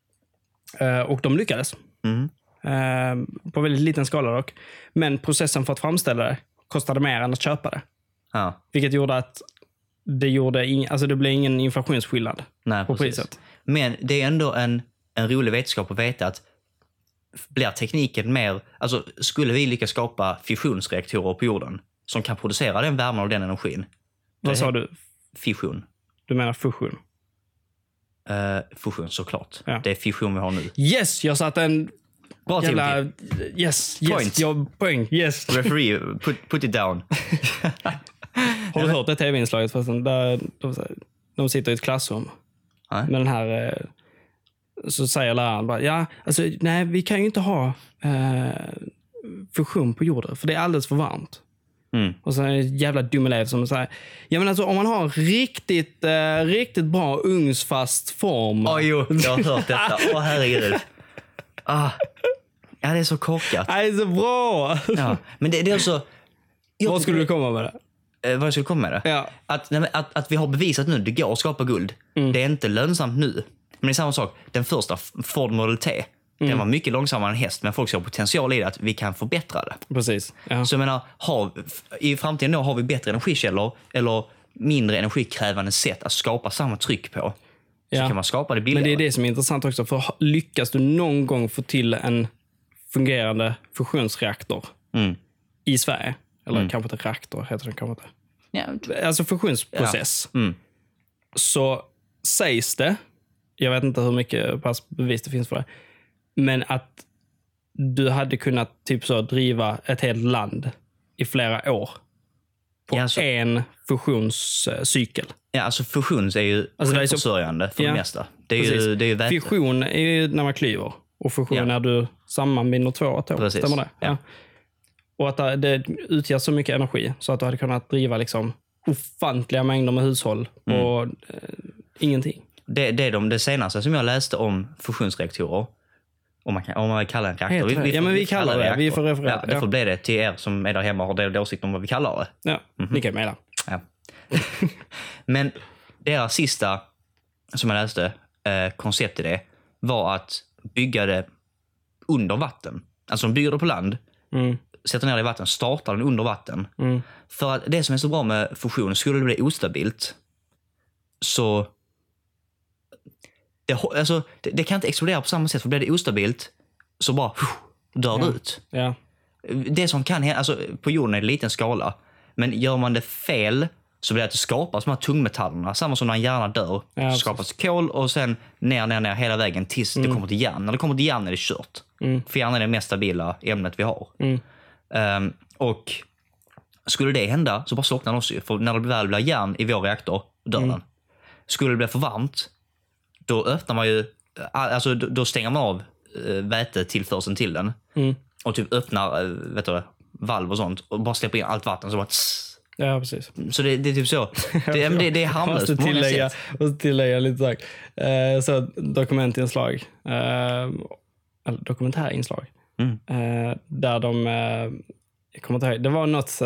Och de lyckades. På väldigt liten skala dock. Men processen för att framställa det kostade mer än att köpa det. Ja. Vilket gjorde att det blev ingen inflationsskillnad på priset. Men det är ändå en rolig vetenskap att veta att blir tekniken mer... Alltså, skulle vi lyckas skapa fissionsreaktorer på jorden som kan producera den värmen och den energin? Vad sa du? Fission. Du menar fusion? Fusion, såklart. Ja. Det är fission vi har nu. Yes, jag satte en... Bra jävla... Yes, poäng. Yes. Referee, put it down. Har du hört det tv-inslaget förresten? Där de sitter i ett klassrum. Nej. Med den här... Så säger läraren bara, nej, vi kan ju inte ha fusion på jorden. För det är alldeles för varmt. Och så är det en jävla dum elev som säger, ja men alltså om man har riktigt bra ugnsfast form. Jo, jag har hört detta. Herregud. Ja, det är så korkat. Det är så bra. Ja, men det är så... Vad skulle du komma med det? Vad jag skulle komma med det? Ja. Att vi har bevisat nu, det går att skapa guld. Det är inte lönsamt nu. Men det är samma sak. Den första Ford Model T, den var mycket långsammare än häst, men folk såg potential i det att vi kan förbättra det. Precis. Ja. Så jag menar, i framtiden då har vi bättre energikällor eller mindre energikrävande sätt att skapa samma tryck på. Så kan man skapa det billigare. Men det är det som är intressant också. För lyckas du någon gång få till en fungerande fusionsreaktor i Sverige, eller kanske inte reaktor heter det kanske inte. Ja. Alltså fusionsprocess. Ja. Så sägs det, jag vet inte hur mycket bevis det finns för det, men att du hade kunnat typ så driva ett helt land i flera år på en fusionscykel. Ja, alltså fusion är ju självförsörjande för det mesta. Det är ju väte. Fission är ju när man klyver. Och fusion är du sammanbinder 2 atom. Stämmer det? Ja. Och att det utgör så mycket energi så att du hade kunnat driva liksom ofantliga mängder med hushåll och ingenting. Det senaste som jag läste om fusionsreaktorer, om man kallar en reaktor. Vi kallar det. Vi får referera. Därför blir det till er som är där hemma och har åsikt om vad vi kallar det. Ja, ni kan mejla. Ja. Men deras sista, som jag läste, konceptidé var att bygga det under vatten. Alltså de bygger det på land, sätter ner det i vatten, startar den under vatten. För att det som är så bra med fusion, skulle det bli ostabilt så det kan inte explodera på samma sätt, för blir det ostabilt så bara dör det ut. Ja. Det som kan hända, alltså på jorden är det liten skala, men gör man det fel så blir det att det skapas de här tungmetallerna, samma som när en hjärna dör, skapas kol och sen ner hela vägen tills det kommer till järn. När det kommer till järn är det kört. För järn är det mest stabila ämnet vi har. Och skulle det hända så bara slocknar den också, för när det väl blir järn i vår reaktor dör den. Skulle det bli för varmt, då öppnar man ju, alltså då stänger man av vätetillförseln till den och typ öppnar valv och sånt och bara släpper in allt vatten så bara Ja, precis. Så det är typ så. Det är harmlöst på många sätt. Måste tillägga lite sak. Så dokumentinslag. Dokumentärinslag. Där de jag kommer inte ihåg, det var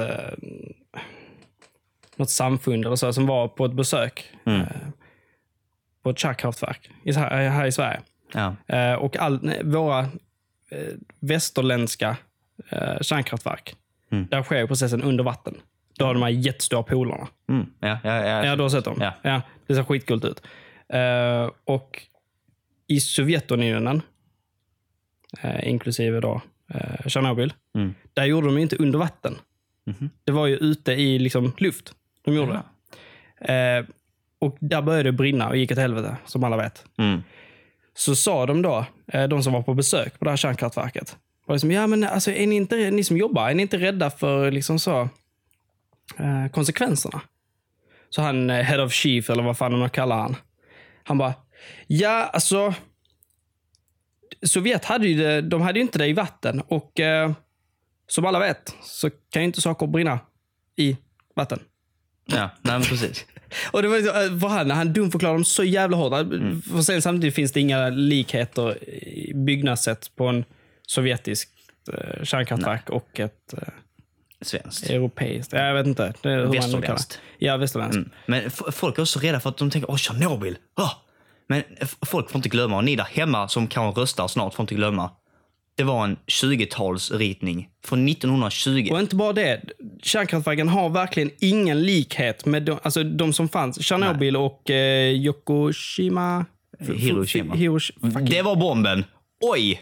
något samfund eller så som var på ett besök på ett kärnkraftverk här i Sverige. Ja. Och våra västerländska kärnkraftverk, där sker processen under vatten. Då har de här jättestora polarna. Ja, du har sett dem. Ja, det ser skitkult ut. Och i Sovjetunionen, inklusive då Tjernobyl, där gjorde de inte under vatten. Det var ju ute i liksom luft de gjorde det. Och där började det brinna och gick åt helvete, som alla vet. Så sa de då, de som var på besök på det här kärnkraftverket, var liksom, ja men alltså, ni som jobbar, är ni inte rädda för liksom så konsekvenserna? Så han, head of chief eller vad fan de kallar han bara, ja alltså Sovjet hade ju de hade ju inte det i vatten och som alla vet så kan ju inte saker brinna i vatten. Ja, nej men precis. Och det var för han dumförklarade dem så jävla hårt. För sen samtidigt finns det inga likheter i byggnadssätt på en sovjetisk kärnkraftverk och ett svenskt. Europeiskt. Jag vet inte. Västerländskt. Ja, västerländskt. Men folk är också rädda för att de tänker, Tjernobyl. Men folk får inte glömma, och ni där hemma som kan rösta snart får inte glömma. Det var en 20-talsritning från 1920. Och inte bara det. Kärnkraftverken har verkligen ingen likhet med de som fanns. Tjernobyl och Yokoshima. Hiroshima. Det var bomben. Oj!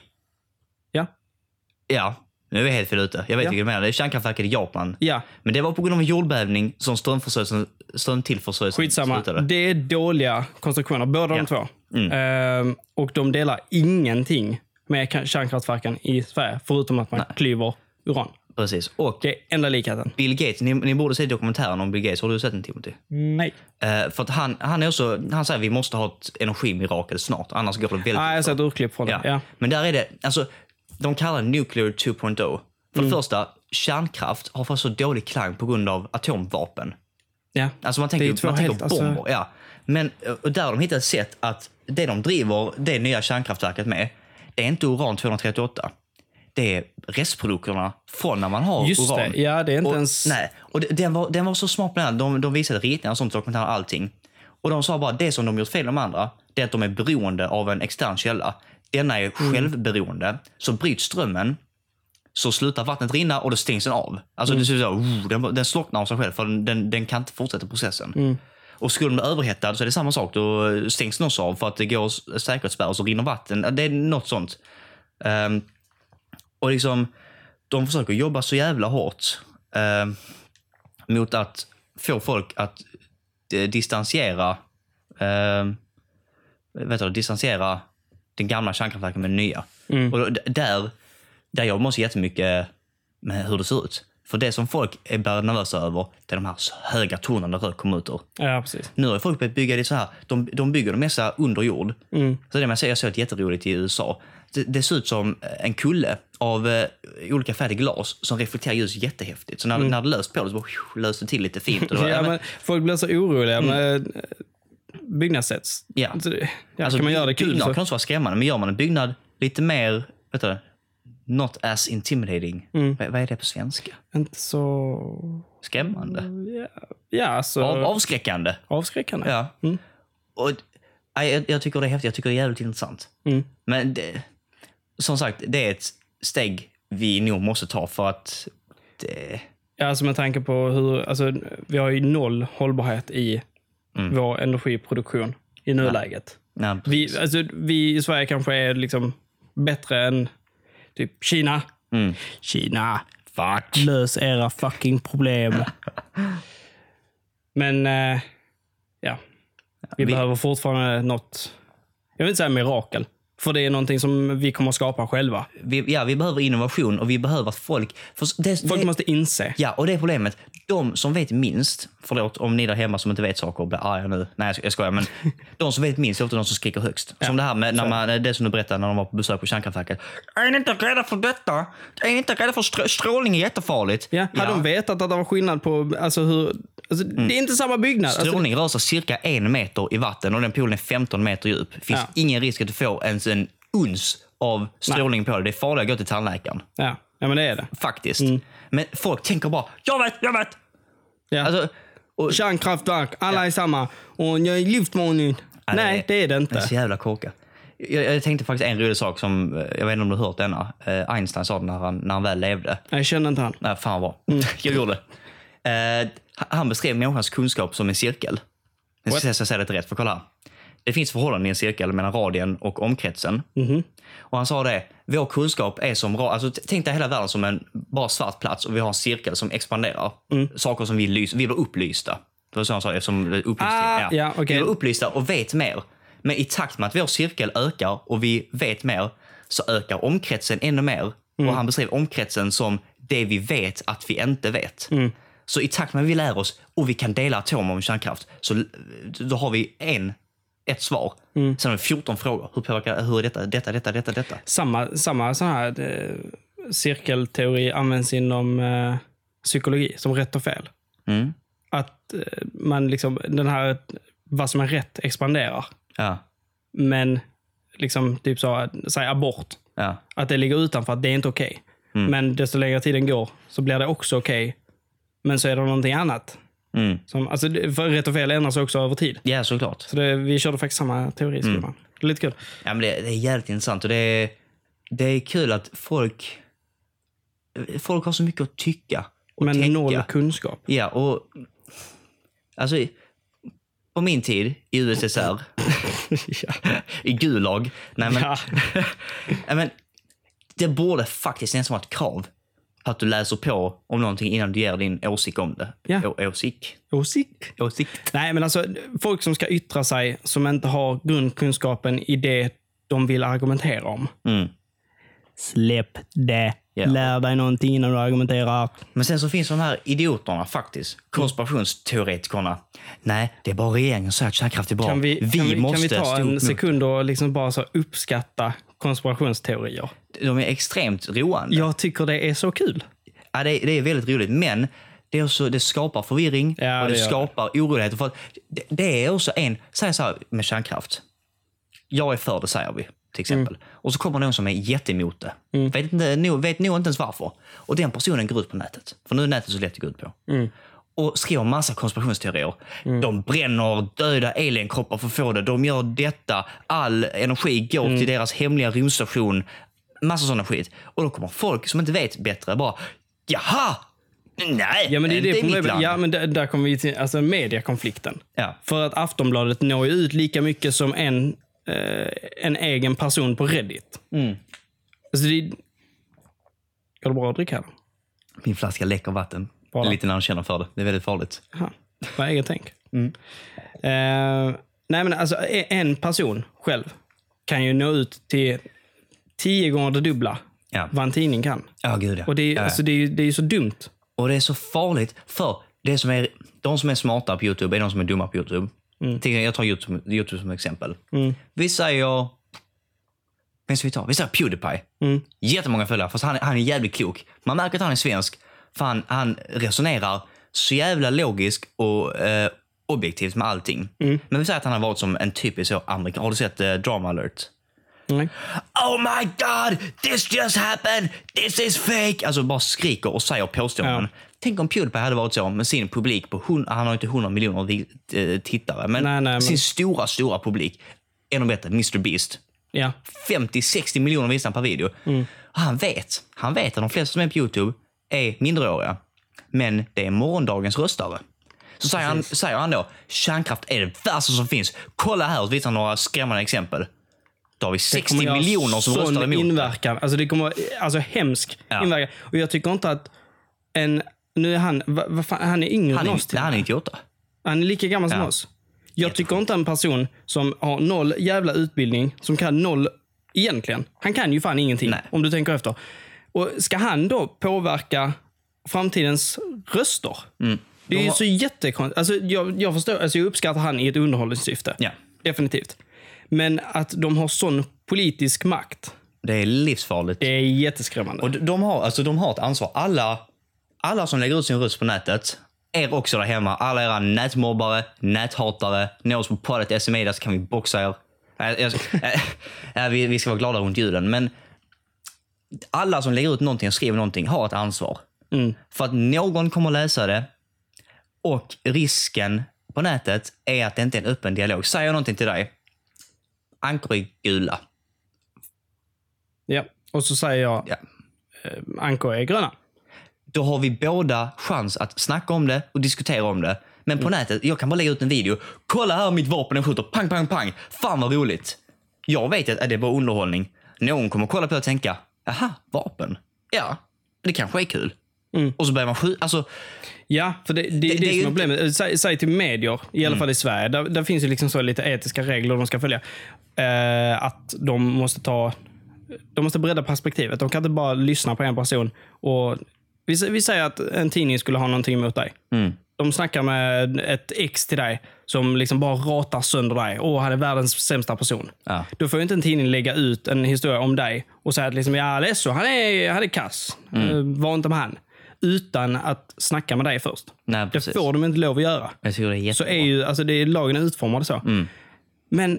Ja. Nu är vi helt fel ute. Jag vet inte mer. Det är kärnkraftverket i Japan. Ja. Men det var på grund av en jordbävning som strömtillförsörjelsen skitsamma. slutade. Det är dåliga konstruktioner, båda de två. Och de delar ingenting med kärnkraftverken i Sverige, förutom att man klyver uran. Precis. Och det är enda likheten. Bill Gates, ni borde se dokumentären om Bill Gates. Har du sett den, Timothy? Nej. För att han är också, han säger att vi måste ha ett energimirakel snart, annars går det väldigt jag har sett urklipp från det. Ja. Men där är det, alltså, de kallar det Nuclear 2.0. För det första, kärnkraft har fått så dålig klang på grund av atomvapen. Ja. Alltså man tänker bomber. Ja. Men och där har de hittat ett sätt att det de driver det nya kärnkraftverket med, det är inte uran 238. Det är restprodukterna från när man har just uran. Det. Ja, det är inte ens... Nej, och den var så smart med den. De visade ritningar och sånt, dokumentärer och allting. Och de sa bara, det som de gjort fel de andra, det är att de är beroende av en extern källa. Denna är självberoende. Så bryts strömmen, så slutar vattnet rinna och då stängs den av. Alltså det ser så, den slocknar av sig själv, för den kan inte fortsätta processen. Och skulle den bli överhettad så är det samma sak. Då stängs den också av för att det går säkerhetsspärr och så rinner vatten. Det är något sånt. Och liksom, de försöker jobba så jävla hårt mot att få folk att distansera den gamla kärnkraftverken med den nya. Och där jobbar man så jättemycket med hur det ser ut. För det som folk är bara nervösa över, det är de här höga tornen där rök kommer ut ur. Ja, precis. Nu har folk börjat bygga det så här. De bygger det mesta under jord. Så det man säger, jag såg ett jätteroligt i USA. Det ser ut som en kulle av olika färdiga glas som reflekterar ljus jättehäftigt. Så när det löst på det så bara löste till lite fint. Men folk blir så oroliga med byggnadssätt. Ja. Alltså, alltså, kan man göra det kul byggnad så? kan också vara skrämmande, men gör man en byggnad lite mer, vet du, not as intimidating. Vad är det på svenska? Inte så... Skrämmande? Ja, alltså... Avskräckande. Avskräckande. Ja. Och jag tycker det är häftigt. Jag tycker det är jävligt intressant. Men som sagt, det är ett steg vi nog måste ta för att det... Ja, alltså med tanke på hur... Alltså, vi har ju noll hållbarhet i vår energiproduktion i nuläget. Ja, vi i Sverige kanske är liksom bättre än typ Kina. Kina, fuck. Lös era fucking problem. Men ja, vi behöver fortfarande något, jag vill inte säga mirakel, för det är någonting som vi kommer att skapa själva. Vi behöver innovation och vi behöver att folk måste inse. Ja, och det är problemet. De som vet minst, förlåt om ni där hemma som inte vet saker och blir arga nu. Nej, jag skojar, men de som vet minst är ofta de som skriker högst. Ja. Som det här med det som du berättade när de var på besök på kärnkraftverket. Är ni inte rädda för detta? Är ni inte rädda för strålning är jättefarligt? Ja, hade de vetat att det var skillnad på, alltså hur, alltså, det är inte samma byggnad. Strålning rör sig cirka 1 meter i vatten och den poolen är 15 meter djup. Det finns ingen risk att du får ens en uns av strålning på det. Det är farligt att gå till tandläkaren. Ja, men det är det. Faktiskt. Men folk tänker bara, jag vet. Ja. Alltså, och, kärnkraftverk, alla är samma. Och jag är livsmånigt. Nej, det är det inte. Det är så jävla korkat. Jag tänkte faktiskt en rolig sak som, jag vet inte om du har hört denna. Einstein sa det när han väl levde. Jag känner inte han. Nej, fan vad. Jag gjorde det. Han beskrev människans kunskap som en cirkel. Jag ska säga det rätt, för kolla här. Det finns förhållanden i en cirkel mellan radien och omkretsen. Och han sa det, vår kunskap är som alltså tänk dig hela världen som en bara svart plats och vi har en cirkel som expanderar. Saker som vi blir upplysta. Det var så han sa, eftersom upplysning. Vi blir upplysta och vet mer. Men i takt med att vår cirkel ökar och vi vet mer så ökar omkretsen ännu mer. Och han beskrev omkretsen som det vi vet att vi inte vet. Så i takt med att vi lär oss och vi kan dela atomer om kärnkraft, så då har vi ett svar. Sen har vi 14 frågor. Hur är detta? Samma sån här cirkelteori används inom psykologi som rätt och fel. Att man liksom, den här vad som är rätt expanderar. Ja. Men liksom typ så, säg abort. Ja. Att det ligger utanför, att det är inte okej. Men desto längre tiden går så blir det också okej. Men så är det någonting annat. Som, alltså, för rätt och fel ändras också över tid. Ja, såklart. Så vi körde faktiskt samma teori i skolan. Det är lite kul. Ja, men det är jävligt intressant. Och det är kul att folk har så mycket att tycka och men tänka. Noll kunskap. Ja, och alltså på min tid i USSR i Gulag. Nej, men, men det borde faktiskt nästan vara ett krav att du läser på om någonting innan du ger din åsikt om det. Ja. Åsikt. Nej, men alltså folk som ska yttra sig som inte har grundkunskapen i det de vill argumentera om. Släpp det. Yeah. Lär dig någonting innan du argumenterar. Men sen så finns de här idioterna faktiskt. Konspirationsteoretikerna. Nej, det är bara regeringen som säger att kärnkraft är bra. Kan vi ta en sekund och liksom bara så uppskatta konspirationsteorier? De är extremt roande. Jag tycker det är så kul. Ja, det är väldigt roligt. Men det skapar förvirring och det skapar oroligheter. För det är också säg så här med kärnkraft. Jag är för det, säger vi. Till exempel. Och så kommer någon som är jättemot det. Vet nog inte ens varför. Och den personen går ut på nätet. För nu är nätet så lätt att gå ut på. Och skriver massa konspirationsteorier. De bränner döda alienkroppar för att få det. De gör detta. All energi går till deras hemliga rymdstation. Massa sådana skit. Och då kommer folk som inte vet bättre bara, jaha! Nej, ja, men det är det problemet. Ja, men där kommer vi till alltså mediekonflikten. Ja. För att Aftonbladet når ju ut lika mycket som en egen person på Reddit. Alltså går det bra att dricka här? Min flaska läcker vatten. Bara. Lite när han känner för det. Det är väldigt farligt. Vad eget tänk. Nej, men alltså en person själv kan ju nå ut till 10 gånger det dubbla vad en tidning kan. Ja, gud ja. Och det är, alltså, det är så dumt. Och det är så farligt för de som är smarta på YouTube är de som är dumma på YouTube. Jag tar YouTube som exempel. Vi säger PewDiePie. Jättemånga följare, fast han är jävligt klok. Man märker att han är svensk. För han resonerar så jävla logiskt och objektivt med allting. Men vi säger att han har varit som en typisk amerikan. Har du sett Drama Alert? Oh my god, this just happened, this is fake. Alltså bara skriker och säger påståenden. Tänk om PewDiePie hade varit så med sin publik på han har inte 100 miljoner tittare, men sin stora publik. Ännu bättre, Mr. Beast. 50-60 miljoner visningar per video. Han vet att de flesta som är på YouTube är minderåriga. Men det är morgondagens röstare. Så säger han då, kärnkraft är det värsta som finns. Kolla här och visar några skrämmande exempel. Då har vi 60 miljoner som röstar emot. Inverkan. Alltså det kommer hemsk inverkan. Och jag tycker inte att nu är han är yngre än oss. Han är 98. Han är lika gammal som oss. Jag tycker inte en person som har 0 jävla utbildning, som kan 0 egentligen. Han kan ju fan ingenting om du tänker efter. Och ska han då påverka framtidens röster? Det är ju så jättekonstigt. Alltså jag förstår, alltså jag uppskattar han i ett underhållningssyfte. Ja. Definitivt. Men att de har sån politisk makt. Det är livsfarligt. Det är jätteskrämmande. Och de har ett ansvar. Alla som lägger ut sin röst på nätet är också där hemma. Alla era nätmobbare, näthatare, nå oss på poddet SME, där så kan vi boxa er. Vi ska vara glada runt julen, men alla som lägger ut någonting och skriver någonting har ett ansvar. För att någon kommer att läsa det, och risken på nätet är att det inte är en öppen dialog. Säger jag någonting till dig, ankor är gula. Ja, och så säger jag ankor är gröna. Då har vi båda chans att snacka om det och diskutera om det. Men på nätet, jag kan bara lägga ut en video. Kolla här, mitt vapen är skjuter. Pang, pang, pang. Fan vad roligt. Jag vet att det är bara underhållning. Någon kommer kolla på och tänka, aha, vapen. Ja, det kanske är kul. Och så börjar man skjuta. Alltså, ja, för det är som problemet. Säg till medier, i alla fall i Sverige. Där finns ju liksom så lite etiska regler de ska följa. Att de måste bredda perspektivet. De kan inte bara lyssna på en person. Och vi säger att en tidning skulle ha någonting emot dig. De snackar med ett ex till dig som liksom bara ratar sönder dig. Han är världens sämsta person. Ja. Då får ju inte en tidning lägga ut en historia om dig och säga att liksom, ja, det är så. Han är kass. Var inte med han. Utan att snacka med dig först. Nej, det får de inte lov att göra. Jag tycker det är jättebra. Så är ju, alltså lagen är utformade så. Men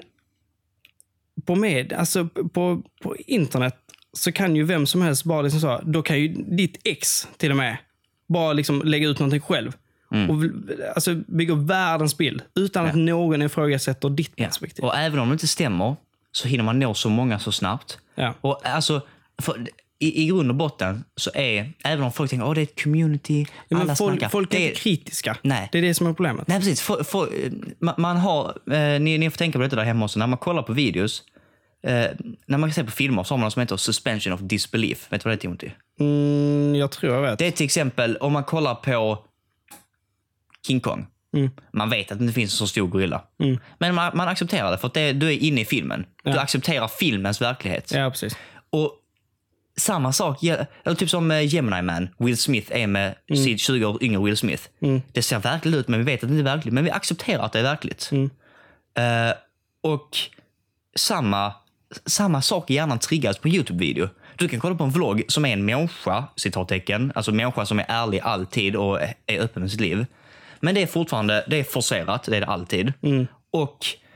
på internet så kan ju vem som helst bara liksom så, då kan ju ditt ex till och med bara liksom lägga ut någonting själv. Och alltså bygga världens bild utan att någon ifrågasätter ditt perspektiv. Och även om det inte stämmer så hinner man nå så många så snabbt. Ja. Och alltså, i grund och botten så är, även om folk tänker, det är ett community, alla snackar. Folk är inte kritiska. Nej. Det är det som är problemet. Nej, precis. Man har, ni får tänka på detta där hemma också. När man kollar på videos, när man kan se på filmer så har man något som heter suspension of disbelief. Vet du vad det är, Timothy? Jag tror jag vet. Det är till exempel om man kollar på King Kong. Man vet att det inte finns en så stor gorilla. Men man accepterar det för att du är inne i filmen. Du accepterar filmens verklighet. Ja, precis. Och samma sak, eller typ som Gemini Man, Will Smith är med sitt 20 år yngre Will Smith. Det ser verkligt ut, men vi vet att det inte är verkligt. Men vi accepterar att det är verkligt. Och samma sak i hjärnan triggas på en YouTube-video. Du kan kolla på en vlogg som är en människa, citattecken, alltså människa som är ärlig alltid och är öppen med sitt liv. Men det är fortfarande, det är forcerat, det är det alltid. Och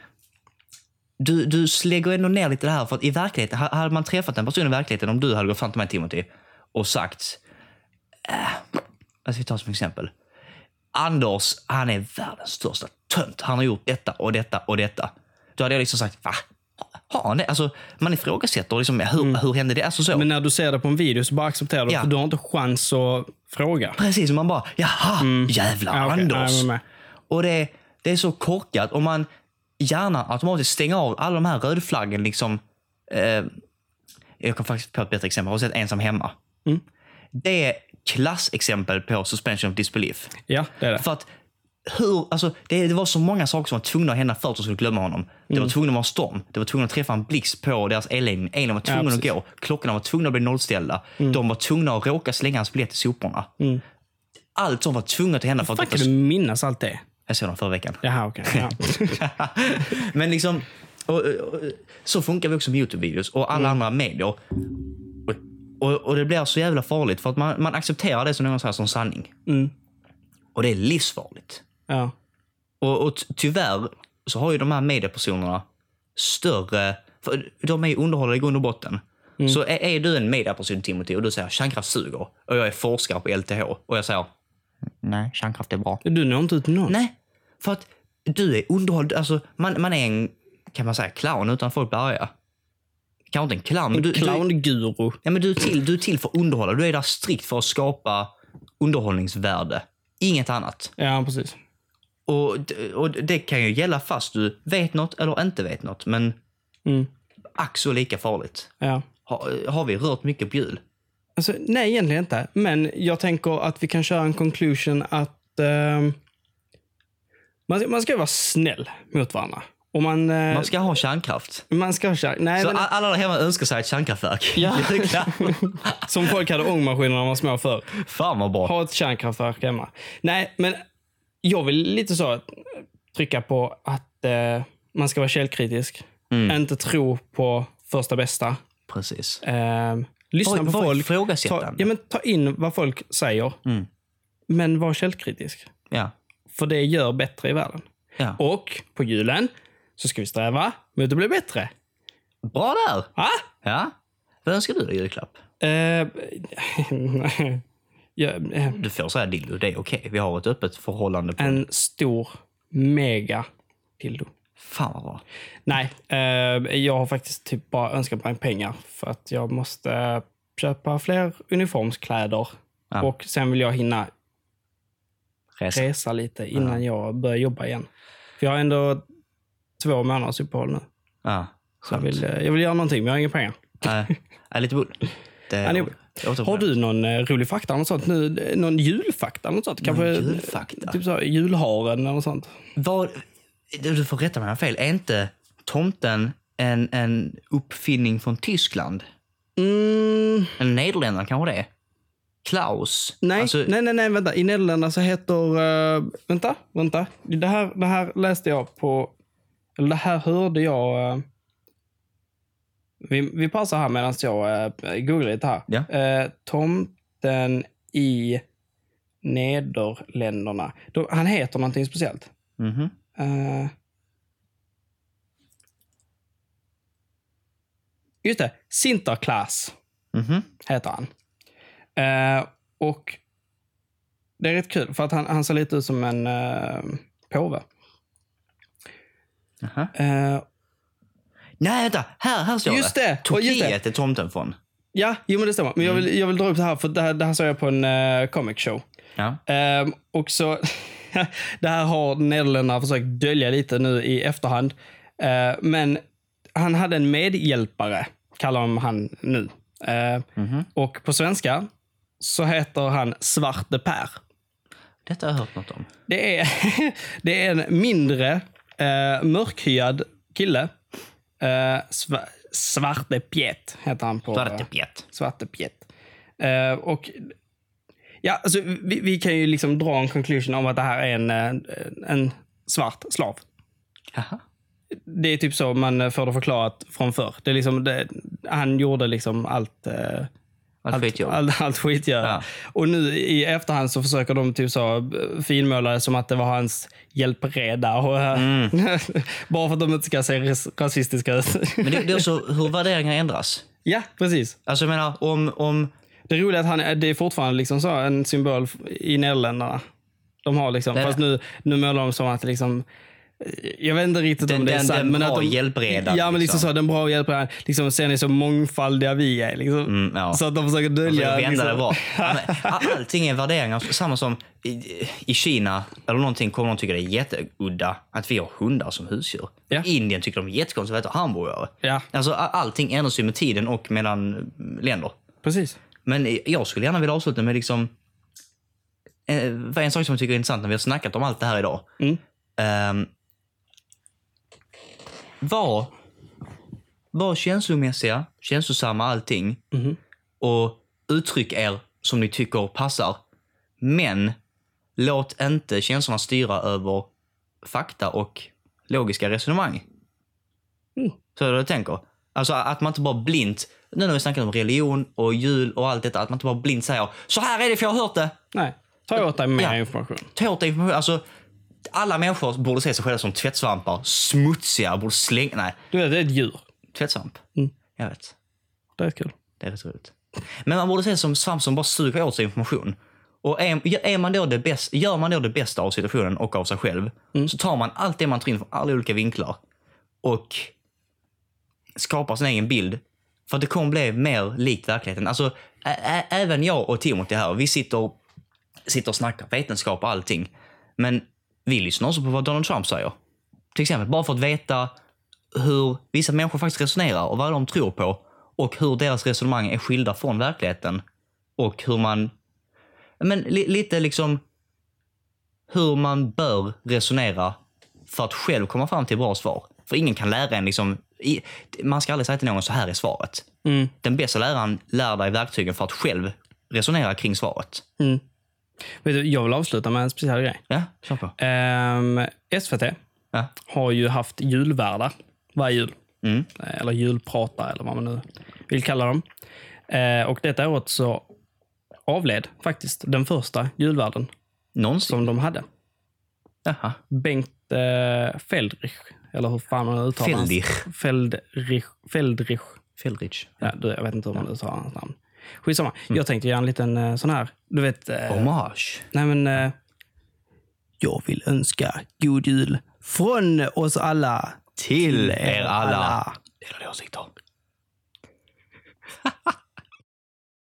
du lägger ändå ner lite det här, för att i verkligheten, hade man träffat en person i verkligheten, om du hade gått fram till mig, Timothy, och sagt, alltså vi tar som exempel, Anders, han är världens största tönt, han har gjort detta och detta och detta. Då hade jag liksom sagt, va? Har han det? Alltså, man ifrågasätter liksom, hur hände det? Alltså, så. Men när du ser det på en video så bara accepterar du, för du har inte chans att fråga. Precis, man bara, jaha, jävla Anders. Och det är så korkat, och man gärna automatiskt stänger av alla de här rödflaggen liksom. Jag kan faktiskt på ett bättre exempel. Har du sett Ensam hemma? Det är klassexempel på suspension of disbelief. Ja, det är det. För att det var så många saker som var tvungna att hända för att de skulle glömma honom. Det var tvungna att vara storm. Det var tvungna att träffa en blixt på deras elledning. Elen var tvungen att gå. Klockorna var tvungna att bli nollställda. De var tvungna att råka slänga hans biljett i soporna. Allt som var tvunget att hända. För att kan du minnas allt det? Jag såg dem förra veckan. Jaha, okej. Ja. Men liksom, och så funkar vi också med YouTube-videos och alla andra medier. Och det blir så jävla farligt för att man accepterar det som någon säger som sanning. Och det är livsfarligt. Ja. Och tyvärr så har ju de här mediepersonerna större, för de är ju underhållare i grund och botten. Så är du en medieperson, Timothy, och du säger kärnkraft suger, och jag är forskare på LTH, och jag säger nej, kärnkraft är bra. Du når inte ut någon. Nej, för att du är underhåll. Alltså, man är en, kan man säga, clown utan folk börjar. Kanske inte en clown. En clown-guru. Ja, men du är till för att underhålla. Du är där strikt för att skapa underhållningsvärde. Inget annat. Ja, precis. Och det kan ju gälla fast du vet något eller inte vet något. Men ack så lika farligt. Ja. Har vi rört mycket på jul? Alltså, nej, egentligen inte. Men jag tänker att vi kan köra en conclusion att man ska vara snäll mot varandra. Och man ska ha kärnkraft. Man ska ha kärnkraft. Nej, så men alla där hemma önskar sig ett kärnkraftverk. Ja. Som folk hade ångmaskiner när man var små för. Fan vad bra. Ha ett kärnkraftverk hemma. Nej, men jag vill lite så trycka på att man ska vara källkritisk. Inte tro på första bästa. Precis. Lyssna på folk. Ta in vad folk säger. Men var källkritisk. Ja. För det gör bättre i världen. Ja. Och på julen, så ska vi sträva mot att bli bättre. Bra där! Ah? Ja. Vad önskar du i julklapp? Du får säga dildo, det är okej. Vi har ett öppet förhållande på... En stor mega dildo. Fan vad bra. Nej, jag har faktiskt typ bara önskat mig pengar för att jag måste köpa fler uniformskläder. Ja. Och sen vill jag hinna Resa. lite innan jag börjar jobba igen. För jag har ändå 2 månaders uppehåll nu. Ja, så jag vill göra någonting, men jag har inga pengar. Nej, lite bull. Har du någon rolig fakta eller något sånt nu? Någon julfakta eller något sånt? Kanske julfakta? Typ så julharen eller något sånt. Du får rätta mig om jag har fel. Är inte tomten en uppfinning från Tyskland? Eller Nederländerna kanske det är? Klaus? Nej, alltså... nej, vänta. I Nederländerna så heter... Vänta. Det här läste jag på... Eller det här hörde jag... Vi pausar här medan jag googlar lite här. Ja. Tomten i Nederländerna. Han heter någonting speciellt. Mhm. Just det. Sinterklaas heter han. Och det är rätt kul för att han ser lite ut som en påve. Nej, vänta. Här står just det. Turkiet är tomten från. Ja, men det stämmer. Men jag vill dra upp det här för det här såg jag på en comic show. Ja. Och så det här har Nederländerna försökt dölja lite nu i efterhand. Men han hade en medhjälpare, kallar de han nu. Och på svenska så heter han Svarte Per. Detta har jag hört något om. Det är en mindre mörkhyad kille. Svarte Piet heter han på. Svarte Piet. Och ja, alltså, vi kan ju liksom dra en conclusion om att det här är en svart slav. Aha. Det är typ så man får det förklarat från förr. Det är liksom han gjorde liksom allt skitgöra. Ja. Och nu i efterhand så försöker de typ så finmåla det som att det var hans hjälpreda. Och, bara för att de inte ska se rasistiska ut. Men det är så hur värderingar ändras. Ja, precis. Alltså jag menar, om... Det roliga är att det är fortfarande liksom så en symbol i Nederländerna. De har liksom, fast nu målar de som att liksom... Jag vet inte riktigt om det är sant. Den bra hjälpredan. Ja, men liksom så, den bra hjälpredan. Liksom, ser ni så mångfaldiga vi är. Liksom. Ja. Så att de försöker dölja. Liksom. Allting är värderingar. Samma som i Kina eller någonting kommer de tycka det är jätteudda att vi har hundar som husdjur. Ja. I Indien tycker de jättekonstigt att äta hamburgare. Ja. Alltså allting ändras ju med tiden och mellan länder. Precis. Men jag skulle gärna vilja avsluta med liksom... vad är en sak som jag tycker är intressant när vi har snackat om allt det här idag. Var känslomässiga, känslosamma allting. Och uttryck er som ni tycker passar. Men låt inte känslorna styra över fakta och logiska resonemang. Så är det jag tänker. Alltså att man inte bara blint, nu när vi snackar om religion och jul och allt detta, att man inte bara blint säger så här är det för jag har hört det. Nej, ta åt dig mer information. Ta åt dig information, alltså alla människor borde se sig själva som tvättsvampar, smutsiga, borde slänga, nej. Du vet, det är ett djur. Tvättsvamp, jag vet. Det är kul. Det är rätt roligt. Men man borde se som svamp som bara suger åt sig information. Och gör man då det bästa av situationen och av sig själv, så tar man allt det man tar in från alla olika vinklar och skapar sin egen bild. För att det kommer bli mer likt verkligheten. Alltså, även jag och Timothy här, vi sitter och snackar vetenskap och allting. Men vi lyssnar också på vad Donald Trump säger. Till exempel, bara för att veta hur vissa människor faktiskt resonerar och vad de tror på. Och hur deras resonemang är skilda från verkligheten. Och hur man... Men lite liksom... Hur man bör resonera för att själv komma fram till bra svar. För ingen kan lära en liksom... Man ska aldrig säga till någon så här är svaret. Den bästa läraren lär dig verktygen för att själv resonera kring svaret. Vet du, jag vill avsluta med en speciell grej. Ja, kör på. SVT har ju haft julvärdar varje jul. Eller julpratare eller vad man nu vill kalla dem. Och detta året så avled faktiskt den första julvärden någonsin som de hade. Aha. Bengt Feldrich Eller hur fan man uttalar Feldrich. Ja, jag vet inte hur man uttalar hans namn. Skitsamma. Jag tänkte göra en liten sån här, du vet... Hommage. Nej, men... jag vill önska god jul från oss alla till er alla. Delar åsikter.